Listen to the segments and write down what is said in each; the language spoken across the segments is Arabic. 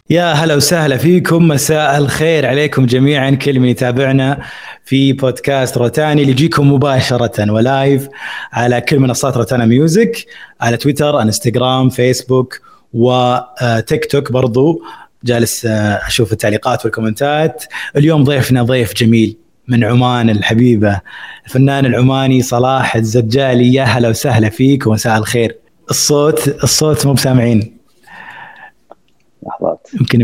يا هلا وسهلا فيكم، مساء الخير عليكم جميعا، كل من يتابعنا في بودكاست روتاني اللي يجيكم مباشرة ولايف على كل منصات روتانا ميوزك، على تويتر، انستغرام، فيسبوك وتيك توك. برضو جالس أشوف التعليقات والكومنتات. اليوم ضيفنا ضيف جميل من عمان الحبيبة، الفنان العماني صلاح الزجالي. يا هلا وسهلا فيك ومساء الخير. الصوت مو بسامعين، لحظات. يمكن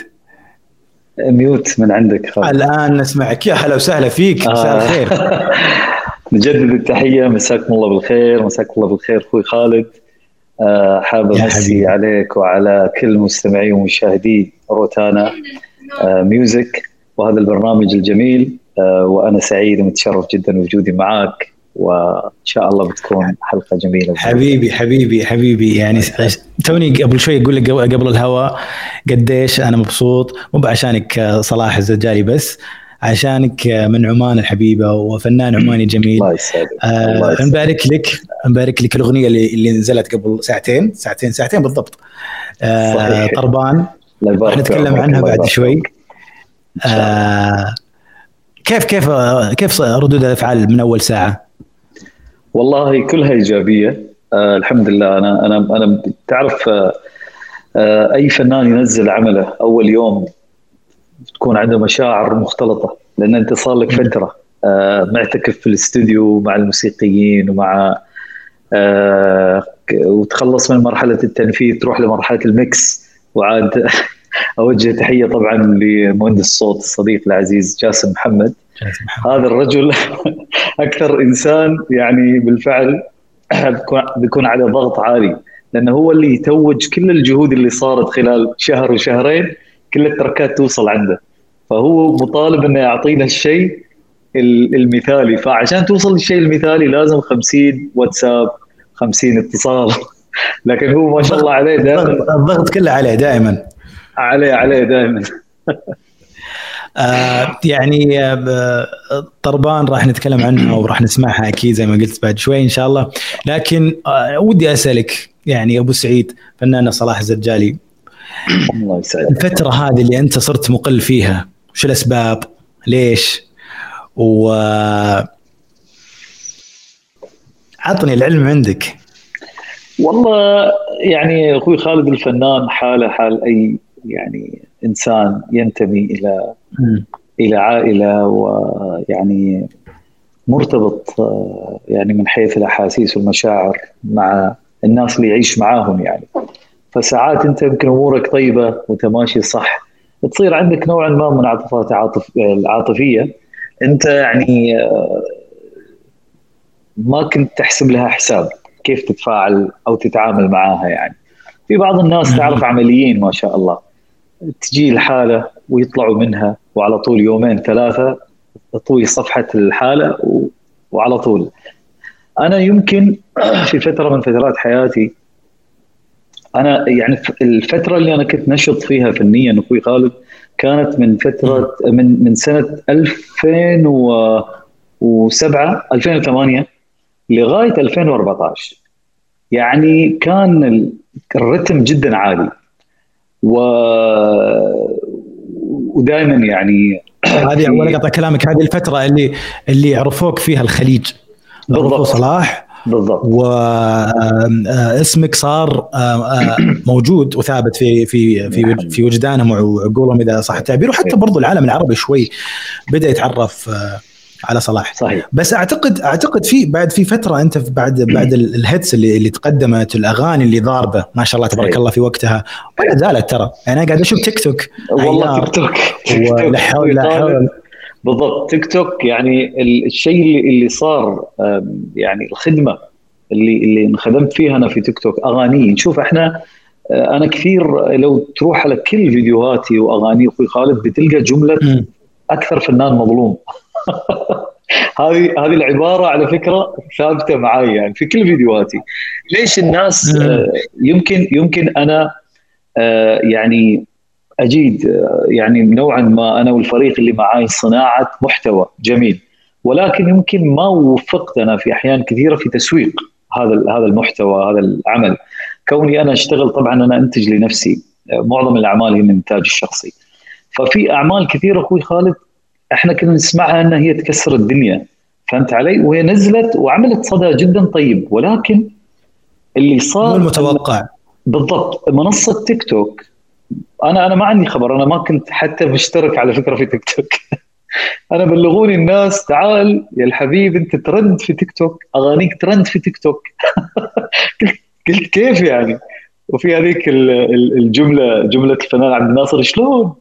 ميوت من عندك خالد. الآن نسمعك. يا هلا وسهلا فيك، مساء الخير. نجدد التحية، مساكم الله بالخير. مساك الله بالخير أخوي خالد. حابب أمسي عليك وعلى كل مستمعي ومشاهدي روتانا ميوزك وهذا البرنامج الجميل. وأنا سعيد ومتشرف جدا بوجودي معك، وإن شاء الله بتكون حلقة جميلة. حبيبي يعني توني قبل شوي أقول لك قبل الهواء قديش أنا مبسوط، مو عشانك صلاح الزجالي بس، عشانك من عمان الحبيبة وفنان عماني جميل. الله يسعدك. نبارك لك الأغنية اللي نزلت قبل ساعتين بالضبط. طربان، راح نتكلم عنها بعد شوي. كيف ردود الأفعال من أول ساعة؟ والله كلها إيجابية. الحمد لله. أنا تعرف، أي فنان ينزل عمله أول يوم تكون عنده مشاعر مختلطة، لأن أنت صار لك فترة معتكف في الاستوديو مع الموسيقيين ومع وتخلص من مرحلة التنفيذ تروح لمرحلة الميكس. وعاد أوجه تحية طبعا لمهندس الصوت الصديق العزيز جاسم محمد. هذا الرجل أكثر إنسان يعني بالفعل بيكون على ضغط عالي، لأنه هو اللي يتوج كل الجهود اللي صارت خلال شهر وشهرين، كل التركات توصل عنده، فهو مطالب أنه يعطينا الشيء المثالي. فعشان توصل للشيء المثالي لازم 50 واتساب، 50 اتصال. لكن هو ما شاء الله عليه دائما الضغط كله عليه دائما. عليه دائما. يعني طربان راح نتكلم عنها وراح نسمعها أكيد زي ما قلت بعد شوي إن شاء الله. لكن ودي أسألك يعني أبو سعيد، فنان صلاح الزجالي، الله يسعدك، الفترة هذه اللي أنت صرت مقل فيها، وش الأسباب؟ ليش؟ عطني العلم عندك. والله يعني أخوي خالد، الفنان حاله حال أي يعني إنسان ينتمي إلى عائلة، ويعني مرتبط يعني من حيث الأحاسيس والمشاعر مع الناس اللي يعيش معاهم يعني. فساعات أنت يمكن أمورك طيبة وتماشي صح، تصير عندك نوعا ما من عاطفات العاطفية أنت يعني ما كنت تحسب لها حساب كيف تتفاعل أو تتعامل معاها. يعني في بعض الناس تعرف عمليين ما شاء الله، تجي الحالة ويطلعوا منها وعلى طول يومين ثلاثة تطوي صفحة الحالة وعلى طول. أنا يمكن في فترة من فترات حياتي، أنا يعني الفترة اللي أنا كنت نشط فيها فنيا أخوي خالد كانت من فترة من سنة 2007 2008 لغاية 2014. يعني كان الرتم جدا عالي ودائما يعني هذه أول قطع كلامك، هذه الفترة اللي يعرفوك فيها الخليج، عرفوا صلاح بالضبط، واسمك صار موجود وثابت في وجدانهم وعقولهم إذا صح التعبير، وحتى برضو العالم العربي شوي بدأ يتعرف على صلاح. صحيح. بس اعتقد في فتره انت بعد الهيتس اللي تقدمت، الاغاني اللي ضاربه ما شاء الله تبارك الله في وقتها، ولا زالت ترى. يعني انا قاعد اشوف تيك توك، والله تيك توك لا حول. بالضبط، تيك توك يعني الشيء اللي صار، يعني الخدمه اللي انخدمت فيها انا في تيك توك اغاني. نشوف احنا، انا كثير لو تروح على كل فيديوهاتي واغاني اخوي خالد بتلقى جمله اكثر فنان مظلوم. هذه العباره على فكره ثابته معي يعني في كل فيديوهاتي. ليش الناس يمكن انا يعني اجيد يعني نوعا ما انا والفريق اللي معاي صناعه محتوى جميل، ولكن يمكن ما وفقت انا في احيان كثيره في تسويق هذا المحتوى، هذا العمل. كوني انا اشتغل طبعا انا انتج لنفسي، معظم الاعمال هي من انتاج الشخصي. ففي اعمال كثيره اخوي خالد احنا كنا نسمعها انها هي تكسر الدنيا، فهمت علي؟ وهي نزلت وعملت صدى جدا طيب، ولكن اللي صار مو المتوقع. بالضبط منصه تيك توك، انا ما عندي خبر، انا ما كنت حتى مشترك على فكره في تيك توك. انا بلغوني الناس تعال يا الحبيب انت ترند في تيك توك، اغانيك ترند في تيك توك. قلت كيف يعني؟ وفي هذيك الجمله، جمله الفنان عبد الناصر شلون.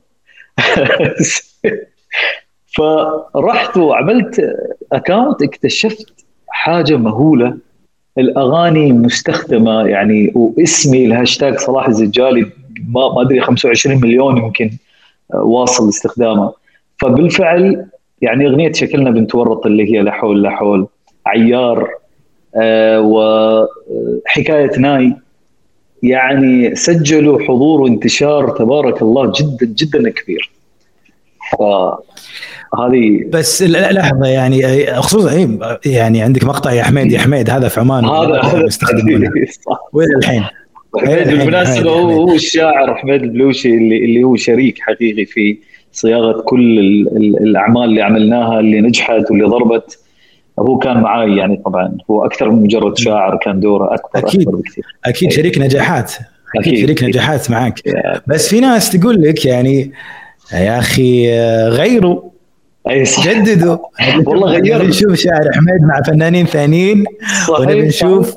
فرحت وعملت اكاونت، اكتشفت حاجه مهوله، الاغاني مستخدمه يعني، واسمي الهاشتاج صلاح الزجالي ما ادري 25 مليون يمكن واصل استخدامه. فبالفعل يعني اغنيه شكلنا بنت ورط اللي هي لا حول لا حول، عيار، وحكايه ناي، يعني سجلوا حضور وانتشار تبارك الله جدا جدا كبير. فهذه بس لحظه يعني خصوصا يعني عندك مقطع يا حميد يا حميد، هذا في عمان هذا يستخدمونه والى الحين. حميد بالمناسبه هو الشاعر حميد البلوشي اللي هو شريك حقيقي في صياغه كل الاعمال اللي عملناها اللي نجحت واللي ضربت. هو كان معي يعني، طبعا هو اكثر من مجرد شاعر، كان دوره اكبر اكيد اكبر بكثير. اكيد شريك نجاحات، اكيد شريك نجاحات معك. بس في ناس تقول لك يعني يا اخي غيروا، اي صح، جددوا. والله غيروا. نشوف شاعر حميد مع فنانين ثانيين، ونبي نشوف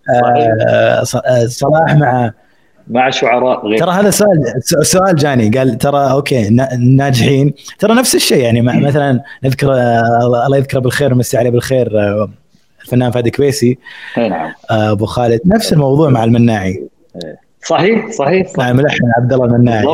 صلاح مع شعراء غير. ترى هذا سؤال جاني، قال ترى اوكي ناجحين، ترى نفس الشيء يعني مثلا نذكر الله يذكره بالخير ويمسي عليه بالخير الفنان فادي كويسي. نعم. ابو خالد نفس الموضوع مع المناعي. صحيح مع الملحن عبد الله المناعي.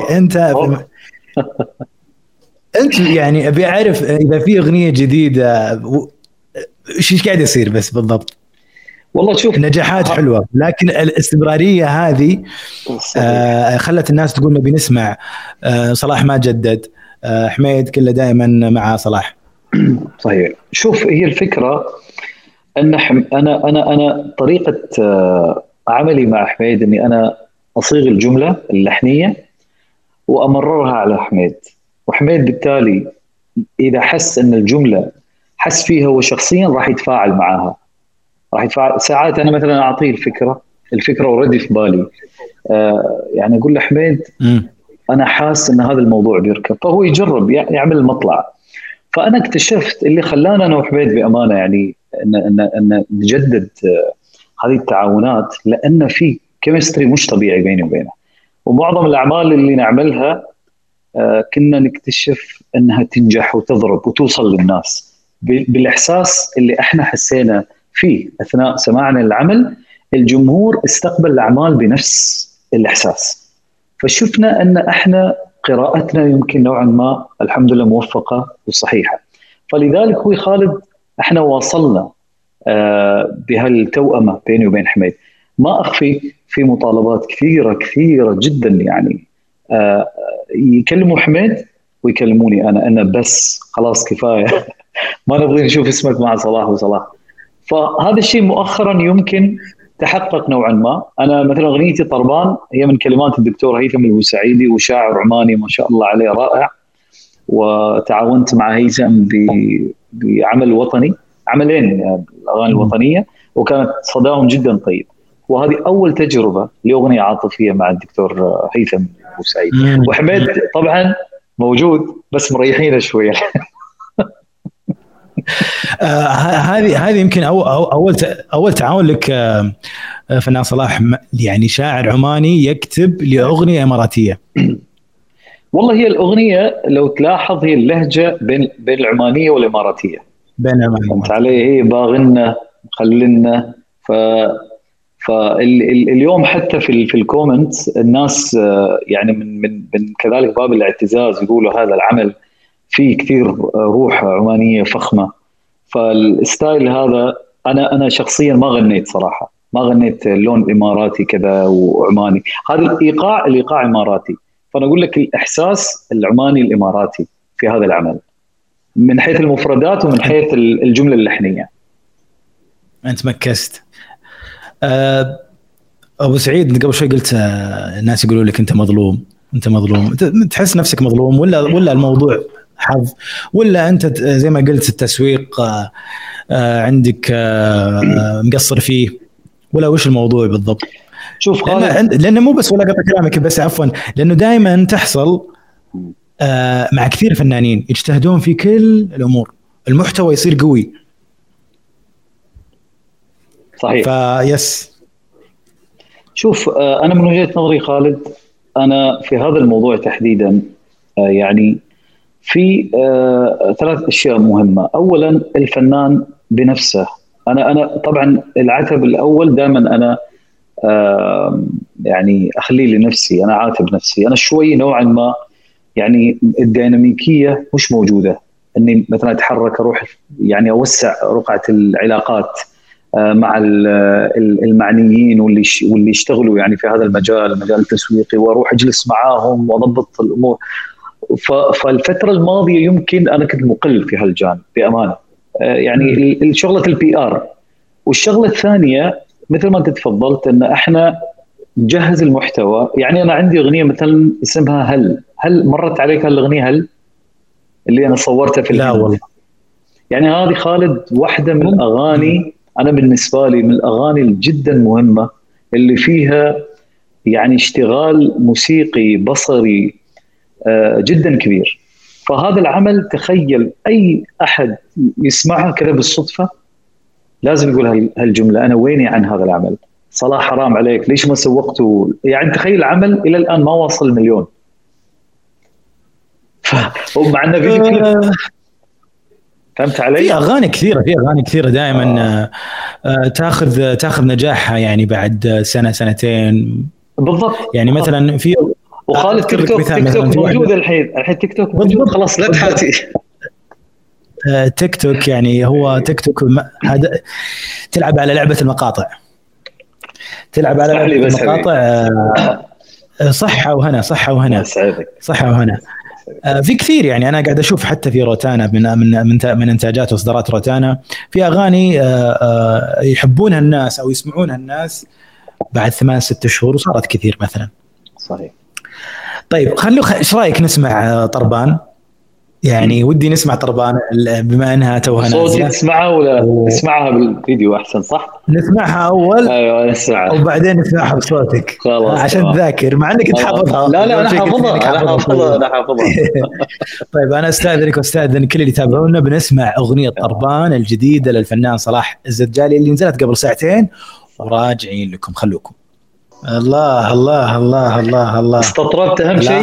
انت يعني ابي اعرف اذا في اغنيه جديده ايش قاعد يصير بس بالضبط. والله شوف، نجاحات حلوه لكن الاستمراريه هذه خلت الناس تقول نبي نسمع صلاح ما جدد، حميد كله دائما مع صلاح. صحيح. شوف هي الفكره ان انا طريقه عملي مع حميد اني انا اصيغ الجمله اللحنيه وامررها على حميد، وحميد بالتالي اذا حس ان الجمله حس فيها هو شخصيا راح يتفاعل معها، راح يتفاعل. ساعات انا مثلا اعطيه الفكره اوريدي في بالي، يعني اقول له حميد انا حاس ان هذا الموضوع بيركب، فهو يجرب يعمل المطلع. فانا اكتشفت اللي خلانا انا وحميد بامانه يعني ان نجدد هذه التعاونات، لان في كيمستري مش طبيعي بيني وبينه. ومعظم الاعمال اللي نعملها كنا نكتشف انها تنجح وتضرب وتوصل للناس بالاحساس اللي احنا حسينا فيه اثناء سماعنا العمل. الجمهور استقبل الاعمال بنفس الاحساس، فشفنا ان احنا قراءتنا يمكن نوعا ما الحمد لله موفقه وصحيحه. فلذلك هو خالد احنا واصلنا بهالتوأمه بيني وبين حميد. ما اخفي في مطالبات كثيره كثيره جدا يعني، يكلموا حميد ويكلموني انا بس خلاص كفايه. ما نبغي نشوف اسمك مع صلاح وصلاح. فهذا الشيء مؤخرا يمكن تحقق نوعا ما. انا مثلا اغنيتي طربان هي من كلمات الدكتور هيثم البوسعيدي، وشاعر عماني ما شاء الله عليه رائع، وتعاونت مع هيثم بعمل وطني، عملين الاغاني الوطنيه، وكانت صداهم جدا طيب. وهذه اول تجربه لاغنيه عاطفيه مع الدكتور هيثم البوسعيدي. وحميد طبعا موجود بس مريحينه شويه. هذه يمكن اول تعاون لك فنان صلاح، يعني شاعر عماني يكتب لاغنيه اماراتيه. والله هي الاغنيه لو تلاحظ هي اللهجه بين العمانيه والاماراتيه، بين العمانيه. فهمت علي؟ هي باغنا خللنا. فاليوم حتى في الكومنتس الناس يعني من كذلك باب الاعتزاز يقولوا هذا العمل فيه كثير روح عمانيه فخمه. فالستايل هذا انا شخصيا ما غنيت صراحه، ما غنيت اللون اماراتي كذا وعماني. هذا الايقاع اماراتي. فانا اقول لك الاحساس العماني الاماراتي في هذا العمل من حيث المفردات ومن حيث الجمله اللحنيه. انت مكست. ابو سعيد قبل شوي قلت الناس يقولوا لك انت مظلوم، انت مظلوم، تحس نفسك مظلوم ولا الموضوع حظ، ولا انت زي ما قلت التسويق عندك مقصر فيه، ولا وش الموضوع بالضبط؟ شوف خالد، لانه مو بس، ولا قطع كلامك بس عفوا، لانه دائما تحصل مع كثير فنانين يجتهدون في كل الامور، المحتوى يصير قوي. صحيح. فيس. شوف انا من وجهة نظري خالد، انا في هذا الموضوع تحديدا يعني في 3 أشياء مهمة. أولا الفنان بنفسه. أنا طبعا العتب الأول دائما أنا يعني أخليه لنفسي، أنا عاتب نفسي، أنا شوي نوعا ما يعني الديناميكية مش موجودة، أني مثلا أتحرك أروح يعني أوسع رقعة العلاقات مع المعنيين واللي يشتغلوا يعني في هذا المجال التسويقي، وأروح أجلس معاهم وأضبط الأمور. فالفترة الماضية يمكن أنا كنت مقل في هالجانب بأمانة، يعني الشغلة البي آر. والشغلة الثانية مثل ما أنت تفضلت أن إحنا نجهز المحتوى. يعني أنا عندي أغنية مثلا اسمها هل مرت عليك هالأغنية اللي أنا صورتها في لا والله. يعني هذه خالد واحدة من الأغاني، أنا بالنسبة لي من الأغاني الجدا مهمة اللي فيها يعني اشتغال موسيقي بصري جدا كبير. فهذا العمل تخيل أي أحد يسمعها كذا بالصدفة لازم يقول هالجملة، أنا ويني عن هذا العمل؟ صلاح حرام عليك، ليش ما سوقته؟ يعني تخيل العمل إلى الآن ما وصل 1,000,000. مع أنه فيديو كليب. فهمت علي؟ في أغاني كثيرة دائما تاخذ نجاحها يعني بعد سنة سنتين بالضبط. يعني مثلا في وخالد تيك توك موجود الحين تيك توك موجود خلاص، لا تحاتي. تيك توك يعني هو تيك توك هذا تلعب على لعبة المقاطع، تلعب على لعبة المقاطع. صحة وهنا في كثير يعني أنا قاعد أشوف حتى في روتانا من إنتاجات وإصدارات روتانا في أغاني يحبونها الناس أو يسمعونها الناس بعد 8-6 شهور، وصارت كثير مثلا. صحيح. طيب ايش رايك نسمع طربان؟ يعني ودي نسمع طربان بما انها توها نازله. صوتي تسمعها ولا تسمعها بالفيديو احسن؟ صح، نسمعها اول. ايوه نسمعها وبعدين نسمعها بصوتك عشان تذاكر، مع انك تحفظها. لا انا حافظها. طيب انا استاذن كل اللي يتابعونا، بنسمع اغنيه طربان الجديده للفنان صلاح الزجالي اللي نزلت قبل ساعتين، وراجعين لكم. خلوكم. الله الله الله الله الله. استطردت اهم شيء.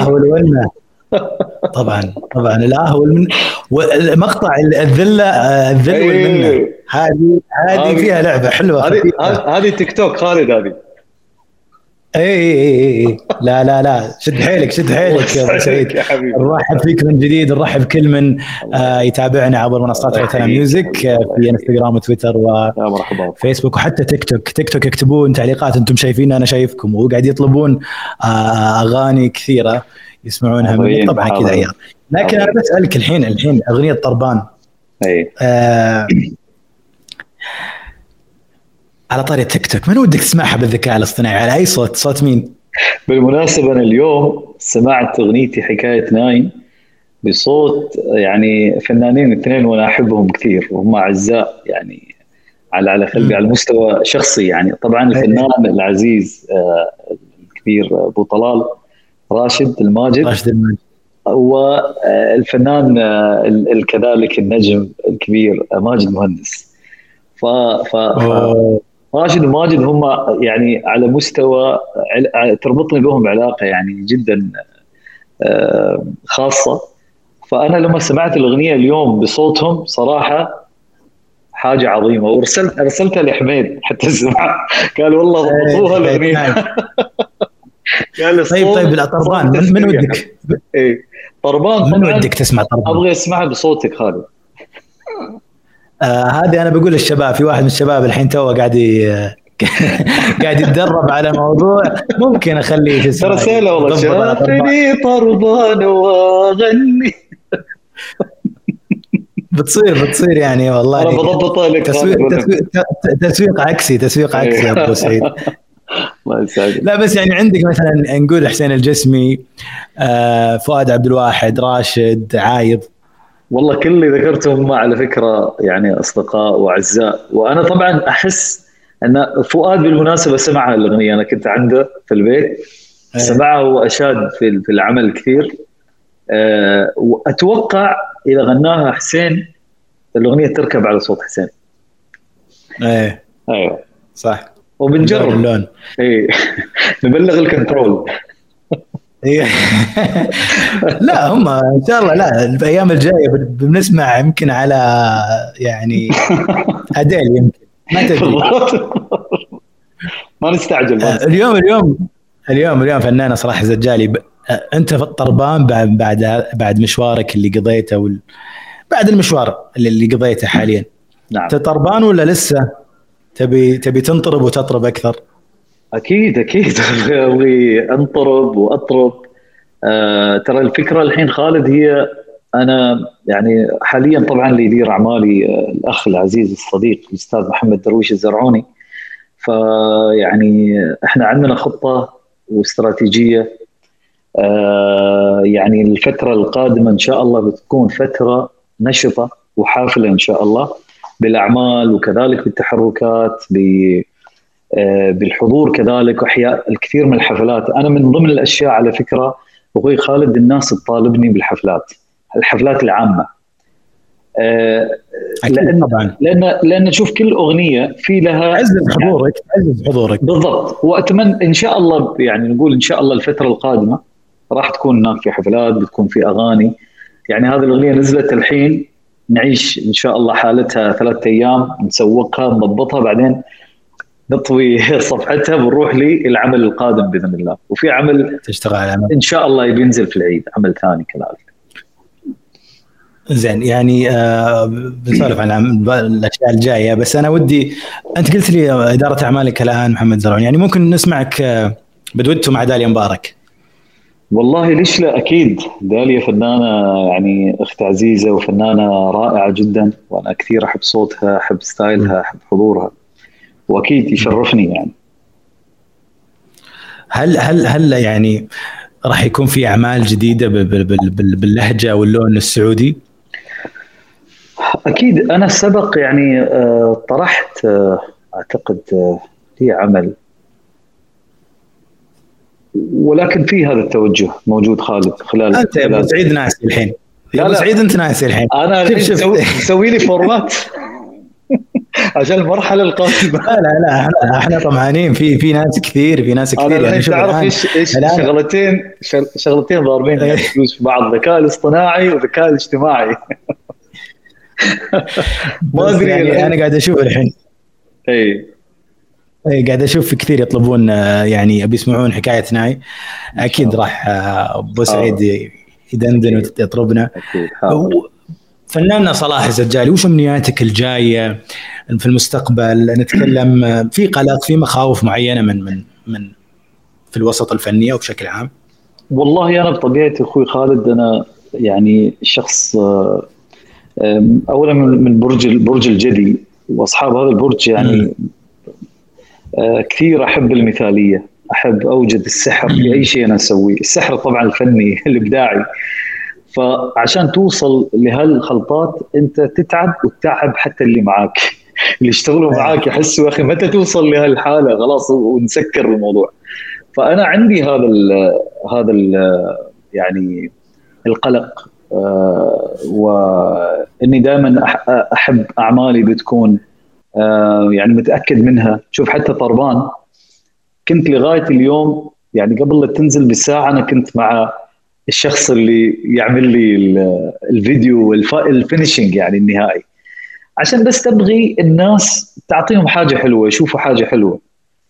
طبعا والمقطع الذل والمنه، هذه فيها لعبه حلوه. هذه تيك توك خالد هذه. اي لا شد حيلك يا ابو سعيد. نرحب فيك من جديد، نرحب كل من يتابعنا عبر منصات روتانا ميوزك في انستغرام وتويتر وفيسبوك وحتى تيك توك. اكتبون تعليقات، انتم شايفين انا شايفكم، وقاعد يطلبون اغاني كثيره يسمعونها مني طبعا كذا عيال. لكن انا بسالك الحين اغنيه طربان على طاري تيك توك، من ودك تسمعها بالذكاء الاصطناعي على اي صوت مين؟ بالمناسبه انا اليوم سمعت اغنيتي حكايه ناين بصوت يعني فنانين 2 وانا احبهم كثير وهم اعزاء يعني على قلبي على المستوى شخصي. يعني طبعا الفنان العزيز الكبير ابو طلال راشد الماجد، والفنان كذلك النجم الكبير ماجد مهندس. راشد وماجد هم يعني على مستوى تربطني بهم علاقة يعني جدا خاصة. فأنا لما سمعت الأغنية اليوم بصوتهم صراحة حاجة عظيمة، ورسلتها لحميد حتى سمع، قال والله ضبطوها الأغنية. طيب الطربان من ودك؟ طربان من ودك تسمع طربان؟ أبغى أسمعها بصوتك خالد. هذه أنا بقول للشباب، في واحد من الشباب الحين توه قاعد يتدرب على موضوع، ممكن أخليه تسمع. رسالة والله، شافني طربان وأغني. بتصير يعني والله. أنا بضبطها لك. تسويق عكسي يا أبو سعيد. الله يسعدك. لا بس يعني عندك مثلا نقول حسين الجسمي، فؤاد عبد الواحد، راشد، عايض. والله كل اللي ذكرتهم على فكرة يعني أصدقاء وأعزاء. وأنا طبعا أحس أن فؤاد بالمناسبة سمع الأغنية، أنا كنت عنده في البيت سمعه وأشاد في العمل كثير. وأتوقع إذا غناها حسين الأغنية تركب على صوت حسين. ايه أيوة صح، وبنجرب اللون. إيه نبلغ الكنترول. إيه. لا هم ان شاء الله، لا الايام الجايه بنسمع يمكن على يعني اديل، يمكن ما تدري. ما نستعجل. اليوم فنانه صراحه زجالي. انت في الطربان بعد مشوارك اللي قضيته بعد المشوار اللي قضيته حاليا، نعم. طربان ولا لسه تبي تنطرب وتطرب اكثر؟ اكيد ابغي انطرب واطرب. ترى الفكره الحين خالد هي انا يعني حاليا طبعا اللي يدير اعمالي الاخ العزيز الصديق الاستاذ محمد درويش الزرعوني. فيعني احنا عندنا خطه واستراتيجيه. يعني الفتره القادمه ان شاء الله بتكون فتره نشطه وحافله ان شاء الله بالاعمال وكذلك بالتحركات بالحضور كذلك واحياء الكثير من الحفلات. انا من ضمن الاشياء على فكره اخوي خالد الناس تطالبني الحفلات العامه. لان شوف كل اغنيه في لها عزز حضورك بالضبط. واتمنى ان شاء الله يعني نقول ان شاء الله الفتره القادمه راح تكون هناك في حفلات، بتكون في اغاني. يعني هذه الاغنيه نزلت الحين، نعيش ان شاء الله حالتها 3 ايام، نسوقها نضبطها، بعدين نطوي صفحتها ونروح للعمل القادم باذن الله. وفي عمل تشتغل على عمل ان شاء الله ينزل في العيد، عمل ثاني كذلك. زين يعني بنسولف عن الاشياء الجايه، بس انا ودي انت قلت لي اداره اعمالك الان محمد زرعوني، يعني ممكن نسمعك بدويتو مع داليا مبارك؟ والله ليش لا، اكيد. داليا فنانه يعني اخت عزيزه وفنانه رائعه جدا، وانا كثير احب صوتها، احب ستايلها، احب حضورها، واكيد يشرفني يعني. هل يعني راح يكون في اعمال جديده باللهجه واللون السعودي؟ اكيد. انا سبق يعني طرحت اعتقد في عمل، ولكن في هذا التوجه موجود خالد خلال انت يا ابو سعيد ناسي الحين. يا ابو سعيد انت ناسي الحين. انا سوي لي فورمات عشان المرحله القادمه. لا احنا طمعانين في ناس كثير، يعني تعرف ايش شغلتين ضاربين فلوس في بعض، الذكاء الاصطناعي والذكاء الاجتماعي. ما ادري يعني انا قاعد اشوف الحين. اي قاعد اشوف كثير يطلبون يعني ابي يسمعون حكايه ناي. اكيد راح ابو سعيد يدندن ويطربنا. فناننا صلاح الزجالي، وش امنياتك الجايه في المستقبل؟ نتكلم في قلق، في مخاوف معينه من في الوسط الفني او بشكل عام؟ والله انا بطبيعتي اخوي خالد انا يعني شخص اولا من برج الجدي، واصحاب هذا البرج يعني كثير احب المثاليه، احب اوجد السحر في اي شيء انا اسويه، السحر طبعا الفني الابداعي. فعشان توصل لهالخلطات انت تتعب وتتعب حتى اللي معاك اللي يشتغلوا معاك يحسوا يا اخي متى توصل لهالحاله خلاص ونسكر الموضوع. فانا عندي هذا يعني القلق، واني دائما احب اعمالي بتكون يعني متاكد منها. شوف حتى طربان كنت لغايه اليوم يعني قبل لا تنزل بساعه انا كنت مع الشخص اللي يعمل لي الفيديو الفينيشنج يعني النهائي، عشان بس تبغي الناس تعطيهم حاجه حلوه، يشوفوا حاجه حلوه.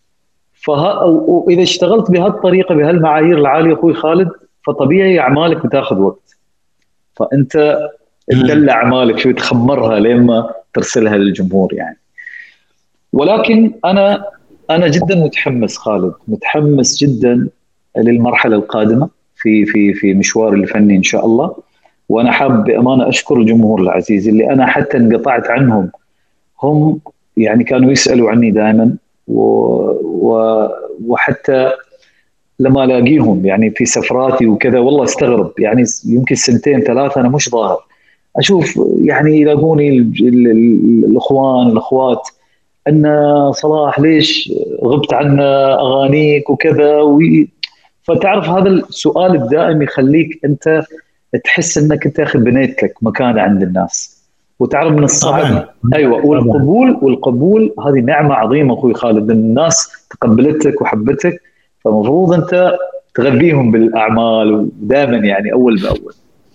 واذا اشتغلت بهالطريقه بهالمعايير العاليه اخوي خالد فطبيعي اعمالك بتاخذ وقت، فانت تدلع اعمالك شوي تخمرها لما ترسلها للجمهور يعني. ولكن انا جدا متحمس خالد، متحمس جدا للمرحله القادمه في مشواري الفني ان شاء الله. وانا حاب بامانه اشكر الجمهور العزيز اللي انا حتى انقطعت عنهم، هم يعني كانوا يسالوا عني دائما وحتى لما الاقيهم يعني في سفراتي وكذا والله استغرب، يعني يمكن 2-3 انا مش ظاهر، اشوف يعني يلاقوني الاخوان الاخوات ان صلاح ليش غبت عنا اغانيك وكذا فتعرف هذا السؤال الدائم يخليك انت تحس انك انت اخي بنيت لك مكانه عند الناس، وتعرف من الصعب. ايوه، والقبول هذه نعمه عظيمه اخوي خالد، ان الناس تقبلتك وحبتك، فمفروض انت تغذيهم بالاعمال ودائما يعني اول باول.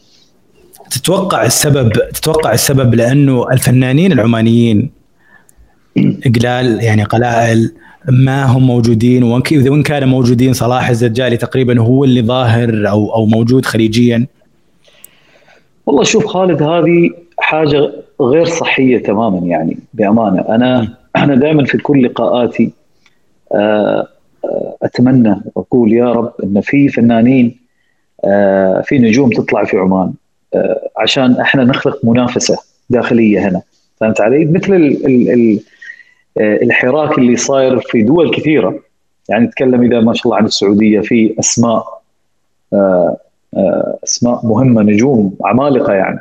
تتوقع السبب لانه الفنانين العمانيين قلال، يعني قلائل ما هم موجودين، وإن كانوا موجودين صلاح الزجالي تقريبا هو اللي ظاهر أو موجود خليجيا؟ والله شوف خالد، هذه حاجة غير صحية تماما يعني بأمانة. أنا دائما في كل لقاءاتي أتمنى وأقول يا رب أن في فنانين، في نجوم تطلع في عمان، عشان احنا نخلق منافسة داخلية هنا، فهمت علي؟ مثل الحراك اللي صاير في دول كثيرة، يعني نتكلم إذا ما شاء الله عن السعودية، في أسماء مهمة، نجوم عمالقة يعني،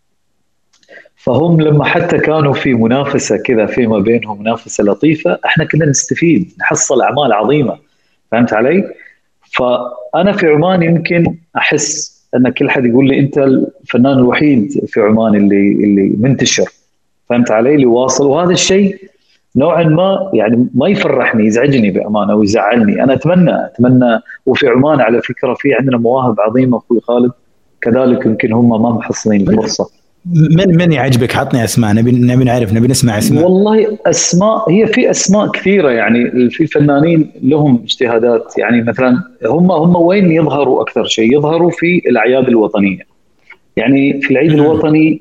فهم لما حتى كانوا في منافسة كذا فيما بينهم، منافسة لطيفة، احنا كنا نستفيد، نحصل أعمال عظيمة، فهمت علي؟ فأنا في عمان يمكن أحس أن كل حد يقول لي أنت الفنان الوحيد في عمان اللي منتشر، فهمت علي؟ اللي واصل، وهذا الشيء نوعا ما يعني ما يفرحني، يزعجني بأمانة ويزعلني. أنا أتمنى وفي عمان على فكرة في عندنا مواهب عظيمة أخوي خالد، كذلك يمكن هم ما محصلين الفرصة. من يعجبك؟ عطني أسماء، نبي نعرف، نبي نسمع أسماء. والله أسماء، هي في أسماء كثيرة يعني، في فنانين لهم اجتهادات، يعني مثلا هم وين يظهروا أكثر شيء؟ يظهروا في الأعياد الوطنية، يعني في العيد الوطني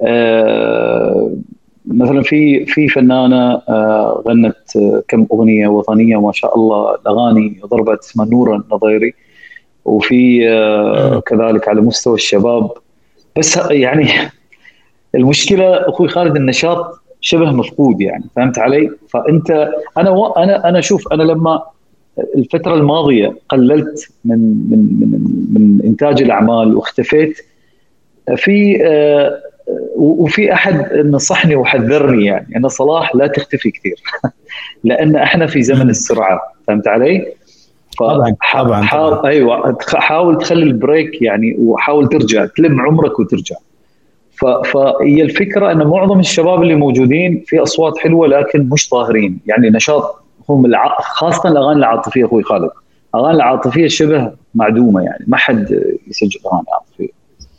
مثلا في فنانة غنت كم أغنية وطنية ما شاء الله، الأغاني ضربت، اسمها نورة النظيري، وفي كذلك على مستوى الشباب. بس يعني المشكلة أخوي خالد النشاط شبه مفقود يعني، فهمت علي؟ فأنت أنا شوف، أنا لما الفترة الماضية قللت من إنتاج الأعمال واختفيت، وفي أحد نصحني وحذرني يعني أن صلاح لا تختفي كثير لأن احنا في زمن السرعة، فهمت علي؟ طبعا. أيوة، حاول تخلي البريك يعني، وحاول ترجع تلم عمرك وترجع. فهي الفكرة أن معظم الشباب اللي موجودين في أصوات حلوة لكن مش ظاهرين، يعني نشاط هم خاصة الأغاني العاطفية أخوي خالد، الأغاني العاطفية شبه معدومة يعني، ما حد يسجل أغاني عاطفية.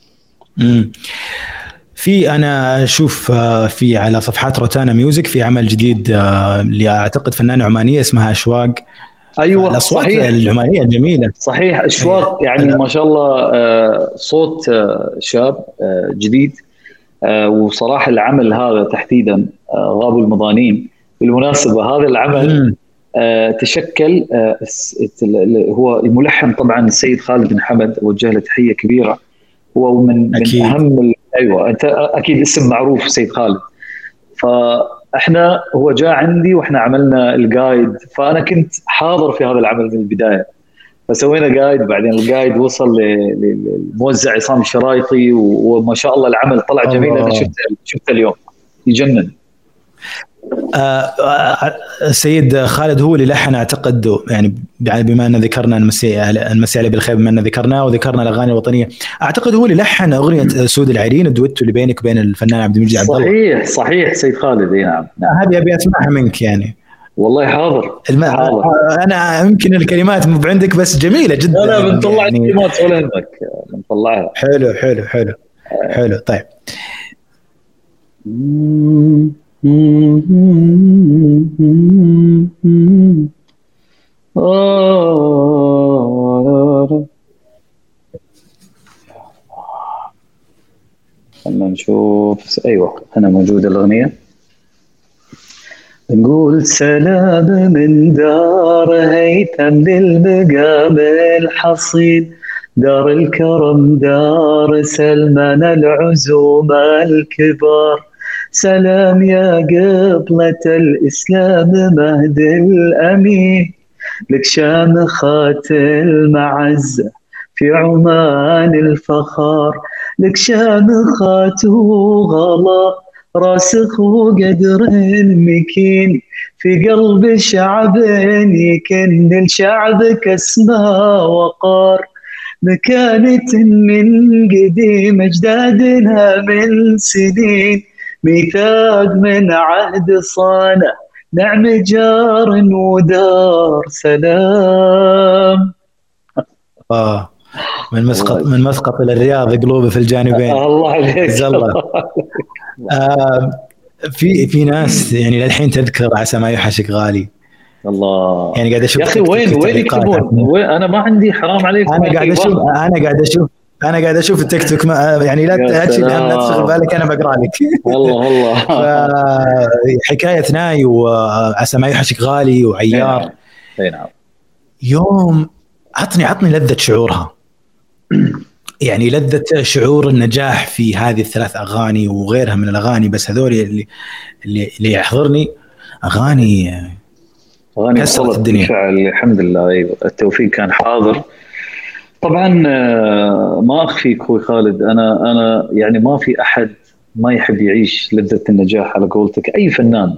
في أنا أشوف في على صفحات روتانا ميوزك في عمل جديد اللي أعتقد فنانة عمانية اسمها أشواق. أيوة الأصوات صحيح، العمانية جميلة صحيح. أشواق يعني ما شاء الله صوت شاب جديد، وصراحة العمل هذا تحديدا غابوا المضانين، بالمناسبة هذا العمل تشكل هو الملحن طبعا السيد خالد بن حمد، أوجه له تحية كبيرة، هو من أهم أيوة أنت أكيد اسم معروف سيد خالد. فإحنا هو جاء عندي وإحنا عملنا الجايد، فأنا كنت حاضر في هذا العمل من البداية، فسوينا جايد، بعدين الجايد وصل للموزع عصام الشرايطي، وما شاء الله العمل طلع جميل. أنا شفته اليوم يجنن. السيد خالد هو اللي لحن اعتقد، يعني بما ان ذكرنا المسي عليه بالخير، بما ان ذكرناه وذكرنا الاغاني الوطنيه، اعتقد هو اللي لحن اغنيه سود العرين، الدويتو اللي بينك وبين الفنان عبد المجيد عبد الله. صحيح سيد خالد. نعم هذه ابي اسمعها منك يعني. والله حاضر. انا يمكن الكلمات مو عندك بس جميله جدا. لا بنطلع يعني الكلمات ولا يهمك، بنطلعها. حلو طيب. خلنا نشوف. ايوه هنا موجوده الاغنيه. نقول سلام من دار هيثم للمقام الحصين، دار الكرم دار سلمان العزوم الكبار، سلام يا قبلة الإسلام مهد الأمين، لك شامخات المعزة في عمان الفخار، لك شامخات وغلا راسخ وقدر مكين في قلب شعب يكن لشعبك اسماء وقار، مكانة من قديم أجدادنا من سنين، ميثاق من عهد صانع نعم جار ودار سلام. من مسقط الى الرياض قلوبه في الجانبين. الله عليك. في ناس يعني للحين تذكر عسى ما يوحشك غالي. الله يعني قاعد اشوف يا اخي وين يكتبون؟ انا ما عندي، حرام عليك. انا قاعد اشوف التيك توك يعني لا تشيل هم، لا تشغل بالك، انا بقرا لك. الله حكايه ناي وعسى ما يوحشك غالي وعيار. نعم. يوم عطني لذة شعورها. يعني لذة شعور النجاح في هذه الثلاث أغاني وغيرها من الأغاني، بس هذول اللي يحضرني أغاني كسرت الدنيا بالفعل. الحمد لله. أيوة التوفيق كان حاضر طبعا. ما أخفيك أخوي خالد، أنا يعني ما في أحد ما يحب يعيش لذة النجاح على قولتك. أي فنان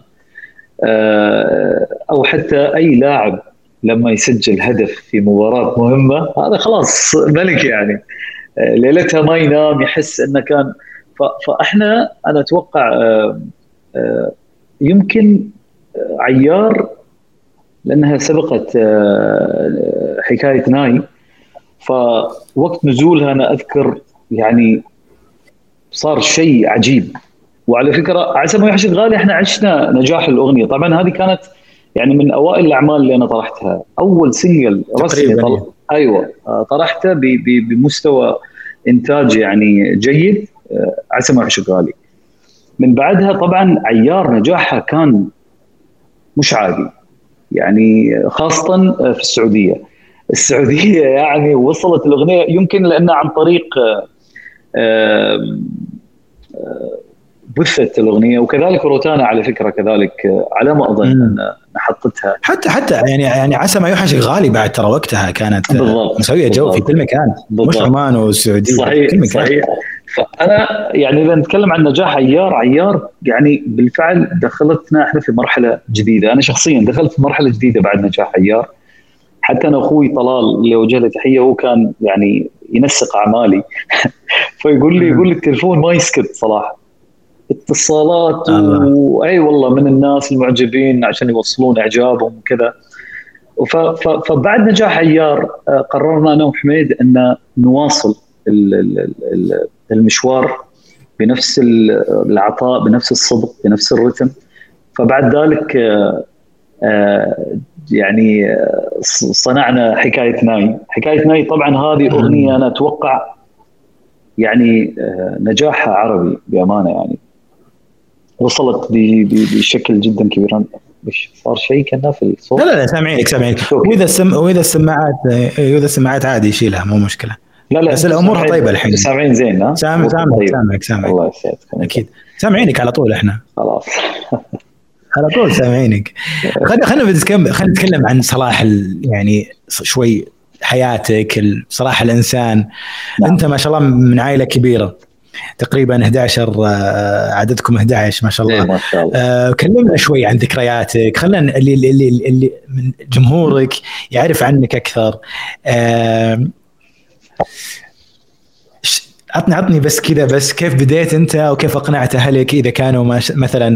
أو حتى أي لاعب لما يسجل هدف في مباراة مهمة هذا خلاص ملك يعني، ليلتها ما ينام، يحس أنه كان. فإحنا أنا أتوقع يمكن عيار لأنها سبقت حكاية ناي، فوقت نزولها أنا أذكر يعني صار شيء عجيب. وعلى فكرة عسى ما يوحشك غالي احنا عشنا نجاح الأغنية، طبعا هذه كانت يعني من أوائل الأعمال اللي أنا طرحتها، أول سنجل رسمي أيوة طرحته بمستوى إنتاج يعني جيد، عسى ما يوحشك غالي. من بعدها طبعا عيار نجاحها كان مش عادي يعني، خاصة في السعودية يعني وصلت الأغنية يمكن لأنها عن طريق بثت الأغنية، وكذلك روتانا على فكرة كذلك على ما أظن أن حطتها حتى يعني عسى ما يوحشك غالي بعد ترى وقتها كانت مسوية جو في كل مكان، مش عمان والسعودية. صحيح. فأنا يعني إذا نتكلم عن نجاح عيار يعني بالفعل دخلتنا إحنا في مرحلة جديدة. أنا شخصيا دخلت في مرحلة جديدة بعد نجاح عيار. حتى أنا أخوي طلال اللي وجه له تحية، هو كان يعني ينسق أعمالي فيقول لي التلفون ما يسكت صراحة، اتصالات أي والله من الناس المعجبين عشان يوصلون إعجابهم وكذا. فبعد نجاح عيار قررنا أنا وحميد أن نواصل المشوار بنفس العطاء، بنفس الصدق، بنفس الرتم. فبعد ذلك يعني صنعنا حكاية ناي. طبعا هذه أغنية أنا أتوقع يعني نجاحها عربي بأمانة، يعني وصلت بشكل جدا كبير. مش صار شيء كنا في الصوت؟ لا سامعينك. وإذا السماعات عادي يشيلها مو مشكلة. لا بس الأمور طيبة الحين. سامعين زين؟ ها سامعك الله يسعدك. أكيد سامعينك على طول إحنا خلاص على طول سامعينك. خلينا نتكلم عن صلاح يعني شوي حياتك، صلاح الإنسان. نعم. أنت ما شاء الله من عائلة كبيرة تقريبا 11 عددكم 11 ما شاء الله. ما شاء الله. كلمنا شوي عن ذكرياتك، خلينا اللي من جمهورك يعرف عنك أكثر. عطني بس كذا، بس كيف بديت أنت وكيف أقنعت أهلك إذا كانوا مثلا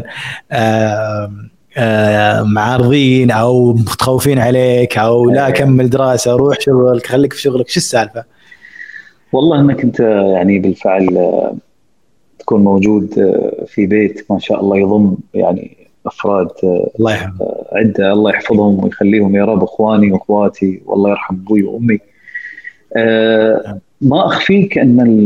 معارضين أو متخوفين عليك أو لا كمل دراسة روح شغلك خليك في شغلك، شو السالفة؟ والله أنك أنت يعني بالفعل تكون موجود في بيت ما شاء الله يضم يعني أفراد عدة، الله يحفظهم ويخليهم يا رب، إخواني وأخواتي والله يرحم أبوي وأمي. ما أخفيك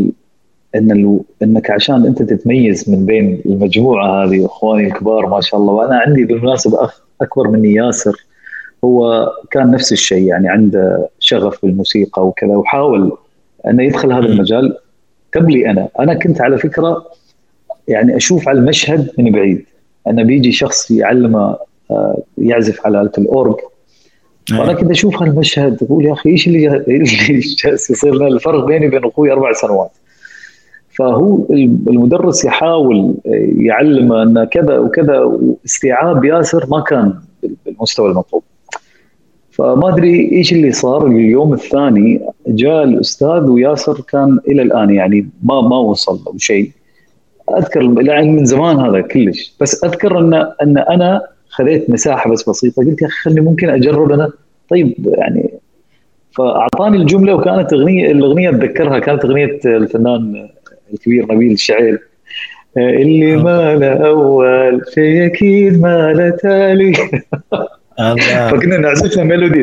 إنك عشان أنت تتميز من بين المجموعة هذه إخواني الكبار ما شاء الله. وأنا عندي بالمناسبة أخ أكبر مني ياسر، هو كان نفس الشيء يعني عنده شغف بالموسيقى وكذا، وحاول أنه يدخل هذا المجال قبلي. أنا كنت على فكرة يعني اشوف على المشهد من بعيد، انه بيجي شخص يعلمه يعزف على آلة الأورج، وانا كنت اشوف هالمشهد اقول يا اخي ايش اللي جالس يصير لنا، الفرق بيني وبين اخوي 4 سنوات. فهو المدرس يحاول يعلمه ان كذا وكذا، واستيعاب ياسر ما كان بالمستوى المطلوب. فما ادري ايش اللي صار. اليوم الثاني جاء الاستاذ وياسر كان الى الان يعني ما وصل له شيء. اذكر يعني من زمان هذا كلش، بس اذكر ان انا خذيت مساحه بس بسيطه، قلت يا اخي خلني ممكن اجرب انا. طيب يعني فاعطاني الجمله، وكانت الاغنيه اتذكرها، كانت اغنيه الفنان الكبير نبيل الشعير، اللي ما له اول شيء اكيد ما له تالي. فكنا نعزفها ميلودي